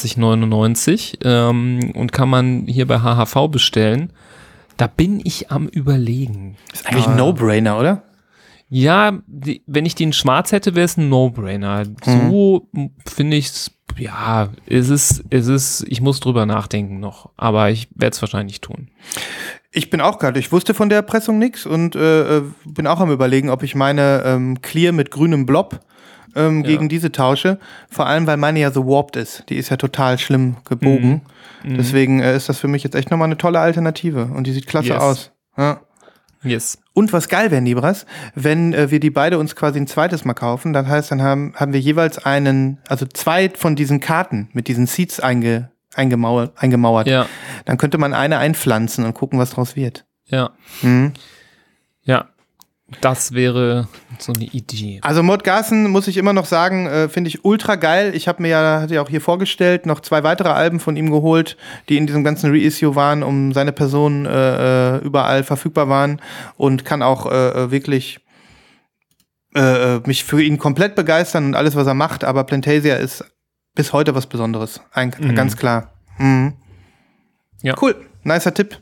23,99 und kann man hier bei HHV bestellen. Da bin ich am Überlegen. Ist eigentlich ein No-Brainer, oder? Ja, wenn ich die in schwarz hätte, wäre es ein No-Brainer. So finde ich es, ja, ist es, ich muss drüber nachdenken noch, aber ich werde es wahrscheinlich tun. Ich bin auch gerade, ich wusste von der Erpressung nichts und bin auch am Überlegen, ob ich meine Clear mit grünem Blob gegen diese tausche. Vor allem, weil meine ja so warped ist. Die ist ja total schlimm gebogen. Deswegen ist das für mich jetzt echt nochmal eine tolle Alternative. Und die sieht klasse aus. Ja. Yes. Und was geil wäre, Libras, wenn wir die beide uns quasi ein zweites Mal kaufen, das heißt, dann haben wir jeweils 2 von diesen Karten mit diesen Seeds eingemauert. Ja. Dann könnte man eine einpflanzen und gucken, was draus wird. Ja. Ja. Das wäre so eine Idee. Also Mort Garson, muss ich immer noch sagen, finde ich ultra geil. Ich habe mir hatte ja auch hier vorgestellt, noch 2 weitere Alben von ihm geholt, die in diesem ganzen Reissue waren, um seine Person überall verfügbar waren und kann auch wirklich mich für ihn komplett begeistern und alles, was er macht. Aber Plantasia ist bis heute was Besonderes. Ganz klar. Ja. Cool. Nicer Tipp.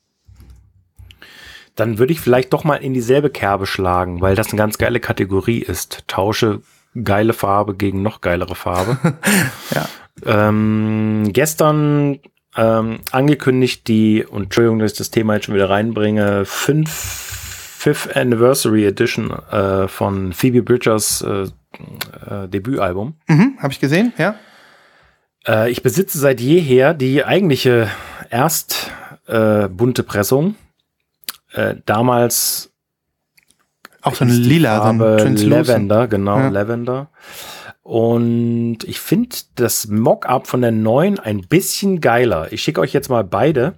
Dann würde ich vielleicht doch mal in dieselbe Kerbe schlagen, weil das eine ganz geile Kategorie ist. Tausche geile Farbe gegen noch geilere Farbe. Ja. Gestern angekündigt und Entschuldigung, dass ich das Thema jetzt schon wieder reinbringe, Fifth Anniversary Edition von Phoebe Bridgers Debütalbum. Habe ich gesehen, ja. Ich besitze seit jeher die eigentliche bunte Pressung. Damals auch so ein lila, so ein Lavender, genau, ja. Lavender. Und ich finde das Mock-up von der neuen ein bisschen geiler. Ich schicke euch jetzt mal beide.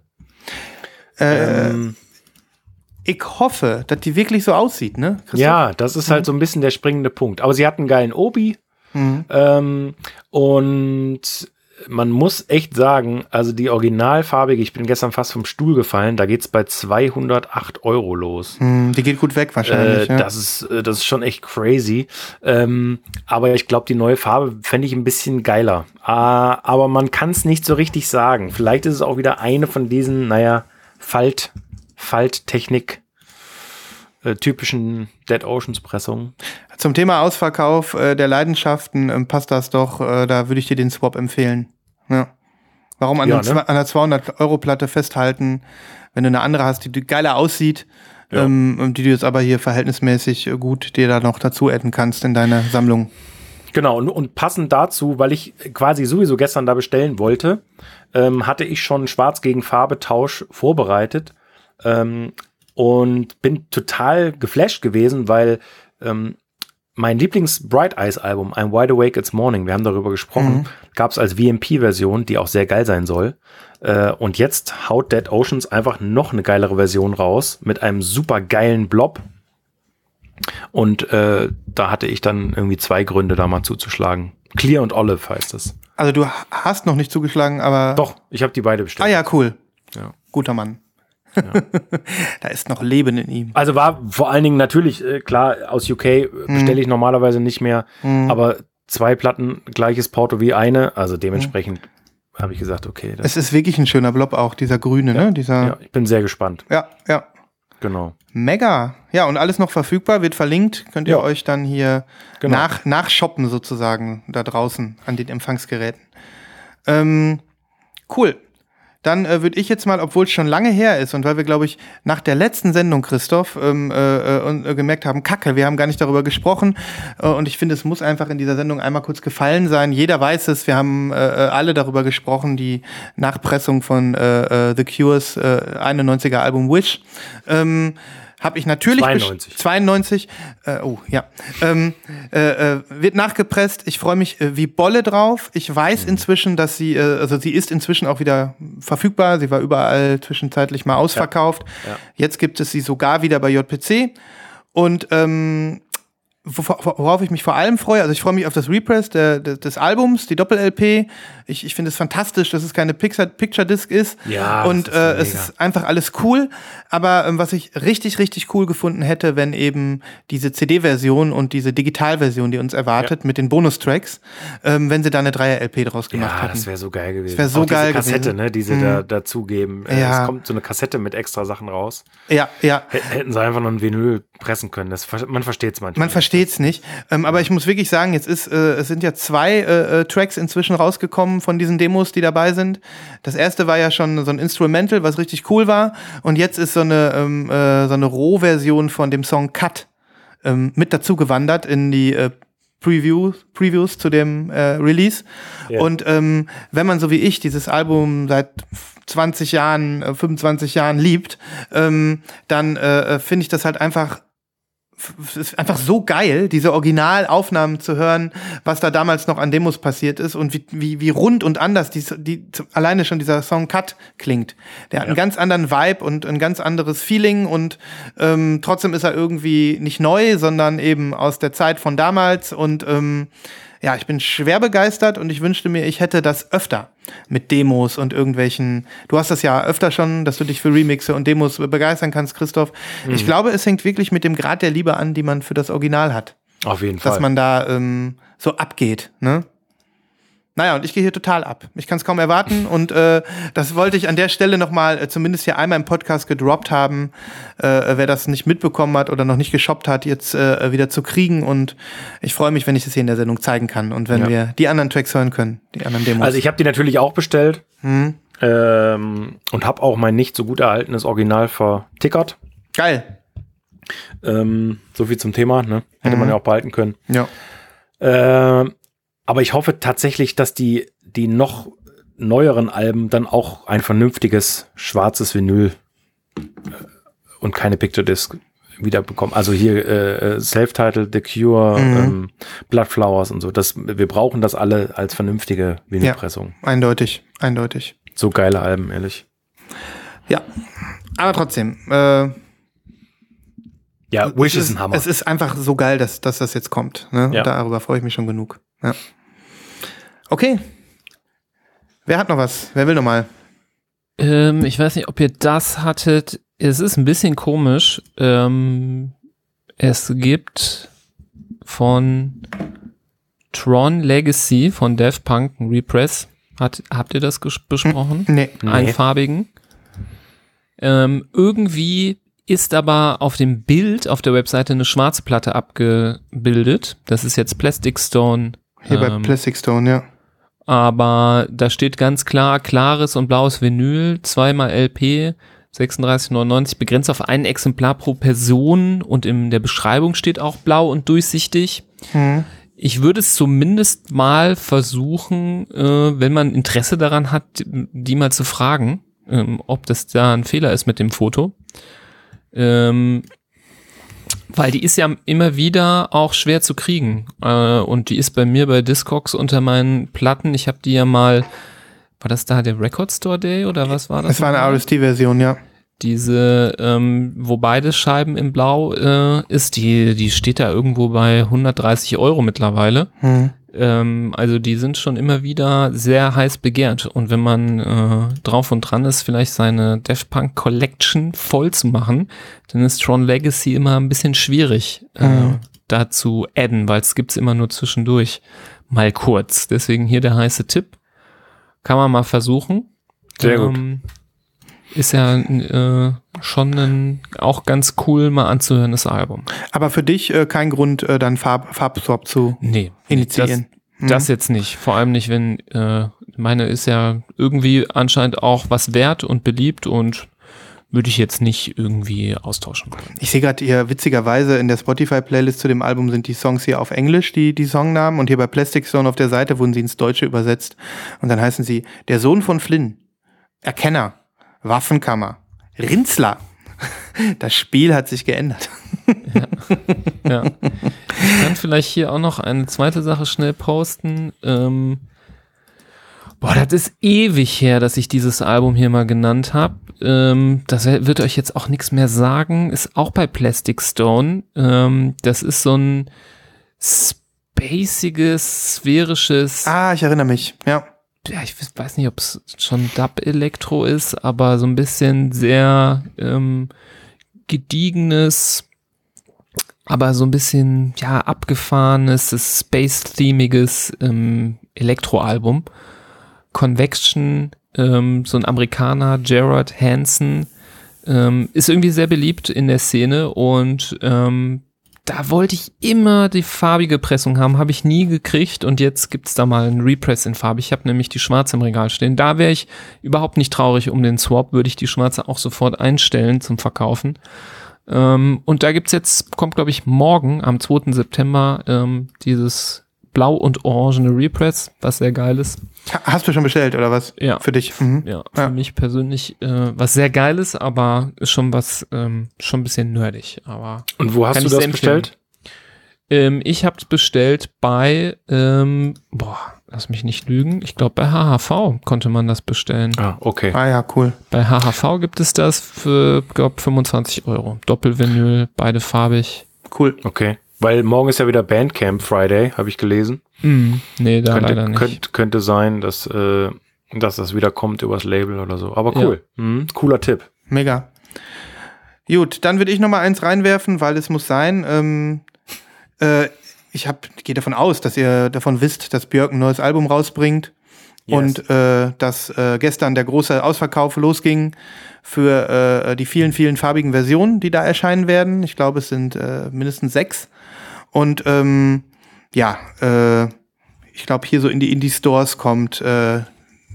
Ich hoffe, dass die wirklich so aussieht, ne, Christoph? Ja, das ist halt so ein bisschen der springende Punkt. Aber sie hat einen geilen Obi. Und man muss echt sagen, also die originalfarbige, ich bin gestern fast vom Stuhl gefallen, da geht's bei 208 € los. Die geht gut weg wahrscheinlich. Ja. Das ist schon echt crazy. Aber ich glaube, die neue Farbe fände ich ein bisschen geiler. Aber man kann es nicht so richtig sagen. Vielleicht ist es auch wieder eine von diesen, Falttechnik typischen Dead Oceans Pressungen. Zum Thema Ausverkauf der Leidenschaften passt das doch. Da würde ich dir den Swap empfehlen. Ja. Warum an einer 200-€ festhalten, wenn du eine andere hast, die geiler aussieht, die du jetzt aber hier verhältnismäßig gut dir da noch dazu adden kannst in deiner Sammlung. Genau, und passend dazu, weil ich quasi sowieso gestern da bestellen wollte, hatte ich schon Schwarz gegen Farbe-Tausch vorbereitet. Und bin total geflasht gewesen, weil mein Lieblings-Bright Eyes-Album, I'm Wide Awake It's Morning, wir haben darüber gesprochen, gab es als VMP-Version, die auch sehr geil sein soll. Und jetzt haut Dead Oceans einfach noch eine geilere Version raus mit einem super geilen Blob. Und da hatte ich dann irgendwie 2 Gründe, da mal zuzuschlagen. Clear und Olive heißt es. Also du hast noch nicht zugeschlagen, aber... Doch, ich habe die beide bestellt. Ah ja, cool. Ja. Guter Mann. Ja. Da ist noch Leben in ihm. Also war vor allen Dingen natürlich, klar, aus UK bestelle ich normalerweise nicht mehr, aber 2 Platten, gleiches Porto wie eine, also dementsprechend habe ich gesagt, okay. Es ist wirklich ein schöner Blob auch, dieser grüne, ne? Ja, ich bin sehr gespannt. Ja. Genau. Mega. Ja, und alles noch verfügbar, wird verlinkt. Könnt ihr euch dann hier nachshoppen sozusagen da draußen an den Empfangsgeräten. Cool. Dann würde ich jetzt mal, obwohl es schon lange her ist und weil wir, glaube ich, nach der letzten Sendung, Christoph, gemerkt haben, Kacke, wir haben gar nicht darüber gesprochen und ich finde, es muss einfach in dieser Sendung einmal kurz gefallen sein. Jeder weiß es, wir haben alle darüber gesprochen, die Nachpressung von The Cures 91er Album Wish. Habe ich natürlich 92. Wird nachgepresst. Ich freue mich wie Bolle drauf. Ich weiß inzwischen, dass sie ist inzwischen auch wieder verfügbar. Sie war überall zwischenzeitlich mal ausverkauft. Ja. Jetzt gibt es sie sogar wieder bei JPC. Und worauf ich mich vor allem freue, also ich freue mich auf das Repress des Albums, die Doppel-LP. Ich finde es fantastisch, dass es keine Picture-Disc ist. Ja, und es ist einfach alles cool. Aber was ich richtig, richtig cool gefunden hätte, wenn eben diese CD-Version und diese Digital-Version, die uns erwartet, mit den Bonustracks, wenn sie da eine 3er-LP draus gemacht hätten. Ja, das wäre so geil gewesen. Das wäre so geil gewesen. Kassette, gewesen. Ne, die sie da dazugeben. Ja. Es kommt so eine Kassette mit extra Sachen raus. Ja. Hätten sie einfach noch ein Vinyl pressen können. Man versteht es manchmal. Man versteht es nicht. Aber ich muss wirklich sagen, es sind ja 2 Tracks inzwischen rausgekommen von diesen Demos, die dabei sind. Das erste war ja schon so ein Instrumental, was richtig cool war. Und jetzt ist so eine Rohversion von dem Song Cut mit dazu gewandert in die Previews zu dem Release. Ja. Und wenn man so wie ich dieses Album seit 20 Jahren, 25 Jahren liebt, dann finde ich das halt einfach es ist einfach so geil, diese Originalaufnahmen zu hören, was da damals noch an Demos passiert ist und wie rund und anders alleine schon dieser Song Cut klingt. Der hat einen ganz anderen Vibe und ein ganz anderes Feeling und trotzdem ist er irgendwie nicht neu, sondern eben aus der Zeit von damals und ich bin schwer begeistert und ich wünschte mir, ich hätte das öfter mit Demos und irgendwelchen, du hast das ja öfter schon, dass du dich für Remixe und Demos begeistern kannst, Christoph. Ich glaube, es hängt wirklich mit dem Grad der Liebe an, die man für das Original hat. Auf jeden Fall. Dass man da so abgeht, ne? Naja, und ich gehe hier total ab. Ich kann es kaum erwarten und das wollte ich an der Stelle nochmal zumindest hier einmal im Podcast gedroppt haben. Wer das nicht mitbekommen hat oder noch nicht geshoppt hat, jetzt wieder zu kriegen und ich freue mich, wenn ich das hier in der Sendung zeigen kann und wenn wir die anderen Tracks hören können, die anderen Demos. Also ich habe die natürlich auch bestellt. Und habe auch mein nicht so gut erhaltenes Original vertickert. Geil. So viel zum Thema, ne? Hätte man ja auch behalten können. Ja. Aber ich hoffe tatsächlich, dass die noch neueren Alben dann auch ein vernünftiges schwarzes Vinyl und keine Picture Disc wiederbekommen. Also hier Self-Titled, The Cure, Blood Flowers und so. Wir brauchen das alle als vernünftige Vinylpressung. Ja, eindeutig. So geile Alben, ehrlich. Ja, aber trotzdem. Wish ist ein Hammer. Es ist einfach so geil, dass das jetzt kommt. Ne? Ja. Und darüber freue ich mich schon genug. Ja. Okay. Wer hat noch was? Wer will noch mal? Ich weiß nicht, ob ihr das hattet. Es ist ein bisschen komisch. Es gibt von Tron Legacy von Daft Punk ein Repress. Habt ihr das besprochen? Nee. Einfarbigen. Irgendwie ist aber auf dem Bild auf der Webseite eine schwarze Platte abgebildet. Das ist jetzt Plastic Stone. Hier bei Plastic Stone, ja. Aber da steht ganz klar, klares und blaues Vinyl, 2x LP, 36,99, begrenzt auf ein Exemplar pro Person und in der Beschreibung steht auch blau und durchsichtig. Ich würde es zumindest mal versuchen, wenn man Interesse daran hat, die mal zu fragen, ob das da ein Fehler ist mit dem Foto. Weil die ist ja immer wieder auch schwer zu kriegen. Und die ist bei mir bei Discogs unter meinen Platten. Ich habe die ja mal, war das da der Record Store Day oder was war das? Es war eine RST-Version, ja. Diese, wo beide Scheiben in Blau ist, die steht da irgendwo bei 130 € mittlerweile. Also die sind schon immer wieder sehr heiß begehrt. Und wenn man drauf und dran ist, vielleicht seine Daft Punk Collection voll zu machen, dann ist Tron Legacy immer ein bisschen schwierig da zu adden, weil es gibt's immer nur zwischendurch mal kurz. Deswegen hier der heiße Tipp. Kann man mal versuchen. Sehr gut. Ist ja schon auch ganz cool mal anzuhörendes Album. Aber für dich kein Grund, dann Farbswap zu initiieren. Das jetzt nicht. Vor allem nicht, wenn meine ist ja irgendwie anscheinend auch was wert und beliebt und würde ich jetzt nicht irgendwie austauschen wollen. Ich sehe gerade hier witzigerweise in der Spotify-Playlist zu dem Album sind die Songs hier auf Englisch, die Songnamen, und hier bei Plastic Stone auf der Seite wurden sie ins Deutsche übersetzt und dann heißen sie Der Sohn von Flynn, Erkenner, Waffenkammer, Rinzler. Das Spiel hat sich geändert. Ja. Ich kann vielleicht hier auch noch eine zweite Sache schnell posten. Das ist ewig her, dass ich dieses Album hier mal genannt habe. Das wird euch jetzt auch nichts mehr sagen. Ist auch bei Plastic Stone. Das ist so ein spaciges, sphärisches. Ich erinnere mich, ja. Ja, ich weiß nicht, ob es schon Dub-Elektro ist, aber so ein bisschen sehr gediegenes, aber so ein bisschen, abgefahrenes, space-themiges Elektroalbum. Convection, so ein Amerikaner, Gerard Hansen, ist irgendwie sehr beliebt in der Szene und da wollte ich immer die farbige Pressung haben, habe ich nie gekriegt und jetzt gibt's da mal einen Repress in Farbe. Ich habe nämlich die schwarze im Regal stehen. Da wäre ich überhaupt nicht traurig um den Swap, würde ich die schwarze auch sofort einstellen zum Verkaufen. Und da kommt glaube ich morgen am 2. September dieses blau und orangene Repress, was sehr geil ist. Hast du schon bestellt oder was? Ja. Für dich? Ja, für mich persönlich was sehr Geiles, aber ist schon was, schon ein bisschen nerdig. Aber und wo hast du das bestellt? Ich habe es bestellt bei, lass mich nicht lügen, ich glaube bei HHV konnte man das bestellen. Okay. Ja, cool. Bei HHV gibt es das für, glaube 25 €. Doppelvinyl, beide farbig. Cool. Okay. Weil morgen ist ja wieder Bandcamp Friday, habe ich gelesen. Nee, leider nicht. Könnte sein, dass das wieder kommt übers Label oder so. Aber cool. Ja. Cooler Tipp. Mega. Gut, dann würde ich noch mal eins reinwerfen, weil es muss sein. Ich gehe davon aus, dass ihr davon wisst, dass Björk ein neues Album rausbringt. Yes. Und dass gestern der große Ausverkauf losging für die vielen, vielen farbigen Versionen, die da erscheinen werden. Ich glaube, es sind mindestens 6. Und ich glaube, hier so in die Indie-Stores kommt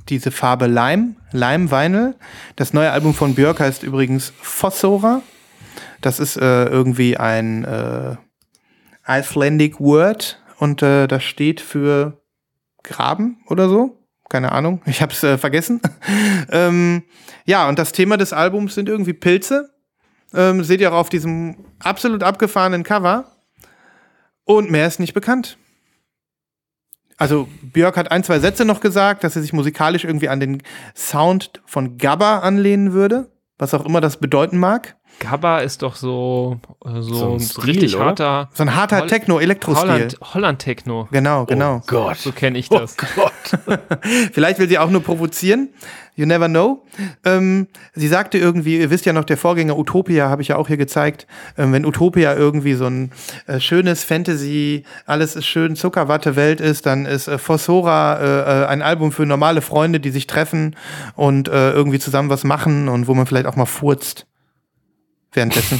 diese Farbe Lime Vinyl. Das neue Album von Björk heißt übrigens Fossora. Das ist irgendwie ein Icelandic Word und das steht für Graben oder so. Keine Ahnung, ich hab's vergessen. Ja, und das Thema des Albums sind irgendwie Pilze. Seht ihr auch auf diesem absolut abgefahrenen Cover. Und mehr ist nicht bekannt. Also Björk hat 1, 2 Sätze noch gesagt, dass sie sich musikalisch irgendwie an den Sound von Gabba anlehnen würde, was auch immer das bedeuten mag. Gabba ist doch so ein Stil, richtig oder? harter... So ein harter Techno-Elektro-Stil. Holland-Techno. Genau. Oh Gott. So kenne ich das. Oh Gott. Vielleicht will sie auch nur provozieren. You never know. Sie sagte irgendwie, ihr wisst ja noch, der Vorgänger Utopia habe ich ja auch hier gezeigt. Wenn Utopia irgendwie so ein schönes Fantasy, alles ist schön Zuckerwatte-Welt ist, dann ist Fossora ein Album für normale Freunde, die sich treffen und irgendwie zusammen was machen und wo man vielleicht auch mal furzt. Währenddessen.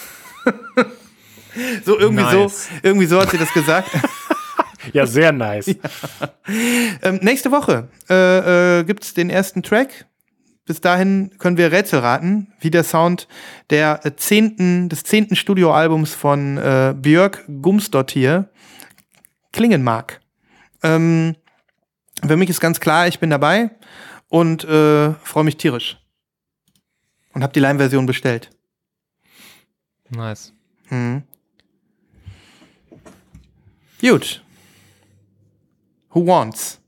So irgendwie nice. irgendwie so hat sie das gesagt. Ja, sehr nice. Ja. Nächste Woche gibt's den ersten Track. Bis dahin können wir Rätsel raten, wie der Sound des 10. Studioalbums von Björk Gumsdottir klingen mag. Für mich ist ganz klar, ich bin dabei und freue mich tierisch. Und habe die Live-Version bestellt. Nice. Gut. Who wants?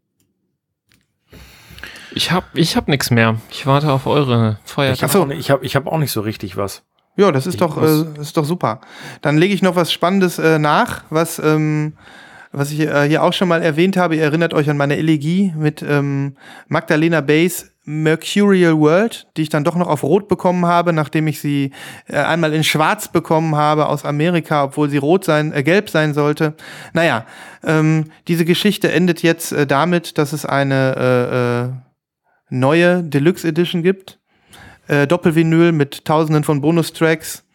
Ich hab nichts mehr. Ich warte auf eure Feiertage. Ich hab auch nicht so richtig was. Ja, das ist doch super. Dann lege ich noch was Spannendes nach, was ich hier auch schon mal erwähnt habe. Ihr erinnert euch an meine Elegie mit Magdalena Bays Mercurial World, die ich dann doch noch auf Rot bekommen habe, nachdem ich sie einmal in Schwarz bekommen habe aus Amerika, obwohl sie gelb sein sollte. Naja, diese Geschichte endet jetzt damit, dass es eine neue Deluxe Edition gibt. Doppelvinyl mit tausenden von Bonustracks.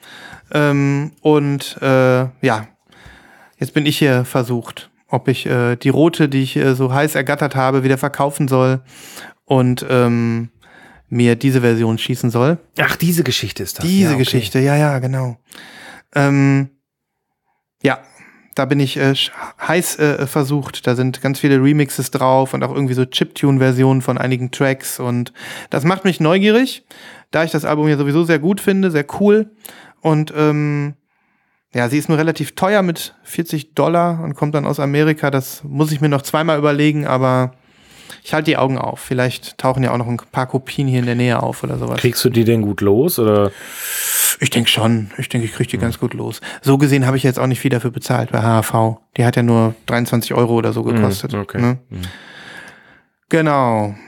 Ja, jetzt bin ich hier versucht, ob ich die rote, die ich so heiß ergattert habe, wieder verkaufen soll und mir diese Version schießen soll. Ach, diese Geschichte ist das. Diese Geschichte, ja, genau. Ja, da bin ich heiß versucht. Da sind ganz viele Remixes drauf und auch irgendwie so Chiptune-Versionen von einigen Tracks. Und das macht mich neugierig, da ich das Album ja sowieso sehr gut finde, sehr cool. Und ja, sie ist nur relativ teuer mit $40 und kommt dann aus Amerika. Das muss ich mir noch zweimal überlegen, aber ich halte die Augen auf. Vielleicht tauchen ja auch noch ein paar Kopien hier in der Nähe auf oder sowas. Kriegst du die denn gut los, oder? Ich denke schon. Ich denke, ich kriege die ganz gut los. So gesehen habe ich jetzt auch nicht viel dafür bezahlt bei HHV. Die hat ja nur 23 € oder so gekostet. Okay. Ne? Genau.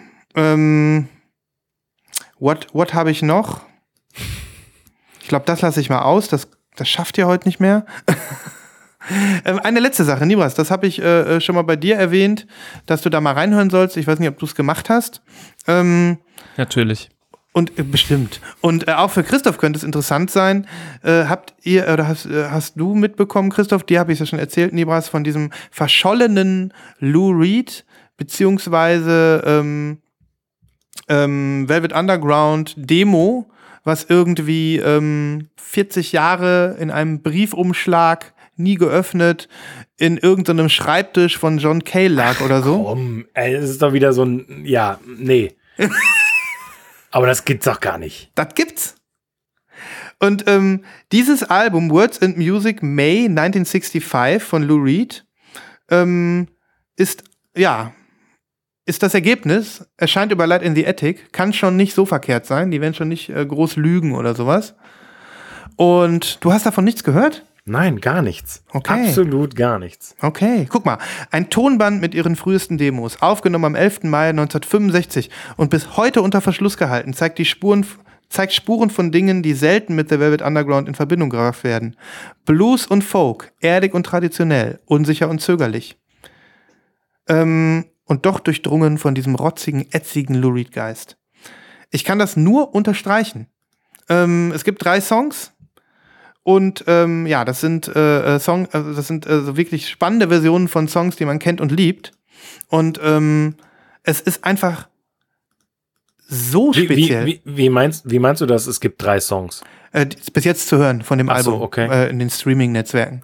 What habe ich noch? Ich glaube, das lasse ich mal aus. Das schafft ihr heute nicht mehr. Eine letzte Sache, Nibras, das habe ich schon mal bei dir erwähnt, dass du da mal reinhören sollst. Ich weiß nicht, ob du es gemacht hast. Natürlich. Und bestimmt. Und auch für Christoph könnte es interessant sein. Habt ihr oder hast du mitbekommen, Christoph, dir habe ich es ja schon erzählt, Nibras, von diesem verschollenen Lou Reed beziehungsweise Velvet Underground Demo, was irgendwie 40 Jahre in einem Briefumschlag, nie geöffnet, in irgendeinem Schreibtisch von John Cale lag oder so. Komm, es ist doch wieder so ein, ja, nee. Aber das gibt's doch gar nicht. Das gibt's. Und dieses Album, Words and Music May 1965 von Lou Reed, ist das Ergebnis, erscheint über Light in the Attic, kann schon nicht so verkehrt sein, die werden schon nicht groß lügen oder sowas. Und du hast davon nichts gehört? Nein, gar nichts. Okay. Absolut gar nichts. Okay, guck mal. Ein Tonband mit ihren frühesten Demos, aufgenommen am 11. Mai 1965 und bis heute unter Verschluss gehalten, zeigt Spuren von Dingen, die selten mit The Velvet Underground in Verbindung gebracht werden. Blues und Folk, erdig und traditionell, unsicher und zögerlich. Und doch durchdrungen von diesem rotzigen, ätzigen Lou Reed-Geist. Ich kann das nur unterstreichen. Es gibt 3 Songs. Und das sind wirklich spannende Versionen von Songs, die man kennt und liebt. Und es ist einfach so speziell. Wie meinst du das? Es gibt 3 Songs. Bis jetzt zu hören von dem Ach so, Album okay. in den Streaming-Netzwerken.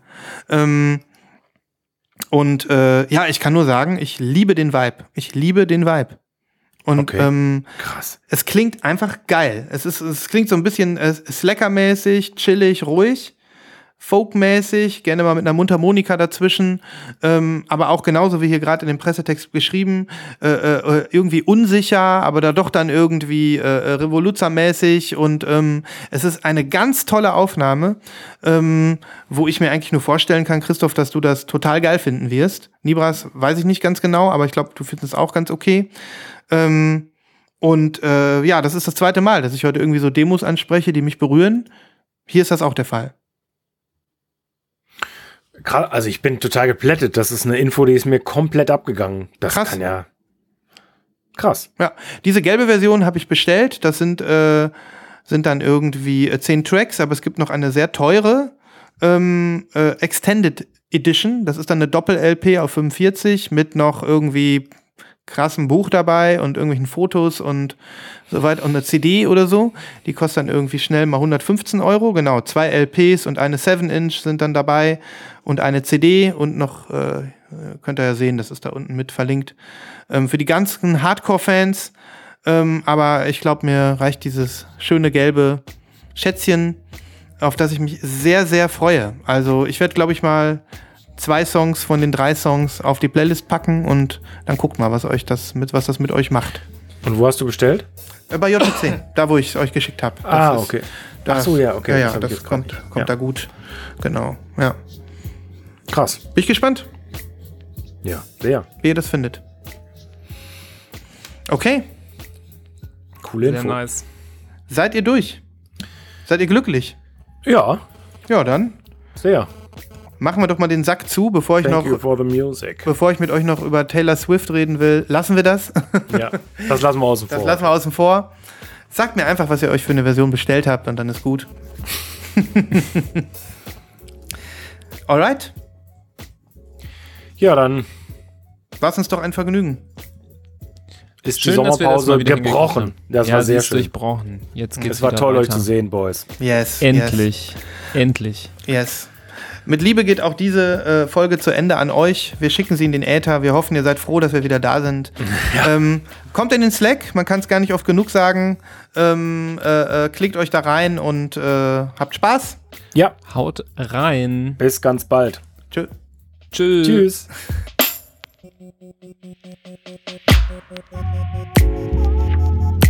Ich kann nur sagen, ich liebe den Vibe. Und Okay. Krass. es klingt einfach geil. Es klingt so ein bisschen Slacker-mäßig, chillig, ruhig, folkmäßig, gerne mal mit einer Mundharmonika dazwischen, aber auch genauso wie hier gerade in dem Pressetext beschrieben, irgendwie unsicher, aber da doch dann irgendwie Revoluzzer-mäßig und es ist eine ganz tolle Aufnahme, wo ich mir eigentlich nur vorstellen kann, Christoph, dass du das total geil finden wirst. Nibras weiß ich nicht ganz genau, aber ich glaube, du findest es auch ganz okay. Das ist das 2. Mal, dass ich heute irgendwie so Demos anspreche, die mich berühren. Hier ist das auch der Fall. Also ich bin total geplättet. Das ist eine Info, die ist mir komplett abgegangen. Das Krass. kann ja... Krass. Ja, diese gelbe Version habe ich bestellt. Das sind dann irgendwie 10 Tracks, aber es gibt noch eine sehr teure Extended Edition. Das ist dann eine Doppel-LP auf 45 mit noch irgendwie krassem Buch dabei und irgendwelchen Fotos und so weiter und eine CD oder so. Die kostet dann irgendwie schnell mal 115 €. Genau, 2 LPs und eine 7-Inch sind dann dabei und eine CD und noch, könnt ihr ja sehen, das ist da unten mit verlinkt. Für die ganzen Hardcore-Fans, aber ich glaube, mir reicht dieses schöne gelbe Schätzchen, auf das ich mich sehr, sehr freue. Also ich werde, glaube ich, mal 2 Songs von den 3 Songs auf die Playlist packen und dann guckt mal, was das mit euch macht. Und wo hast du bestellt? Bei JTC, da wo ich es euch geschickt habe. Okay. Ach so, ja, okay. Ja, das kommt da gut. Genau, ja. Krass. Bin ich gespannt, Ja, sehr. wie ihr das findet. Okay, Coole Sehr Info. nice. seid ihr durch? Seid ihr glücklich? Ja, Ja, dann sehr. machen wir doch mal den Sack zu, bevor ich Thank you for the music. mit euch noch über Taylor Swift reden will. Lassen wir das? Ja, das lassen wir außen vor. Das lassen wir außen vor. Sagt mir einfach, was ihr euch für eine Version bestellt habt und dann ist gut. Alright, Ja, dann war's uns doch ein Vergnügen. ist Schön, die dass wir das Sommerpause mal wieder gebrochen. hingekriegt haben. Das Ja, war sie sehr ist schön. durchbrochen. Jetzt geht's Es war wieder toll, euch weiter. zu sehen, Boys. Yes. Endlich. Endlich. Yes. Mit Liebe geht auch diese Folge zu Ende an euch. Wir schicken sie in den Äther. Wir hoffen, ihr seid froh, dass wir wieder da sind. Ja. Kommt in den Slack. Man kann es gar nicht oft genug sagen. Klickt euch da rein und habt Spaß. Ja, Haut rein. bis ganz bald. Tschö. Tschüss. Tschüss.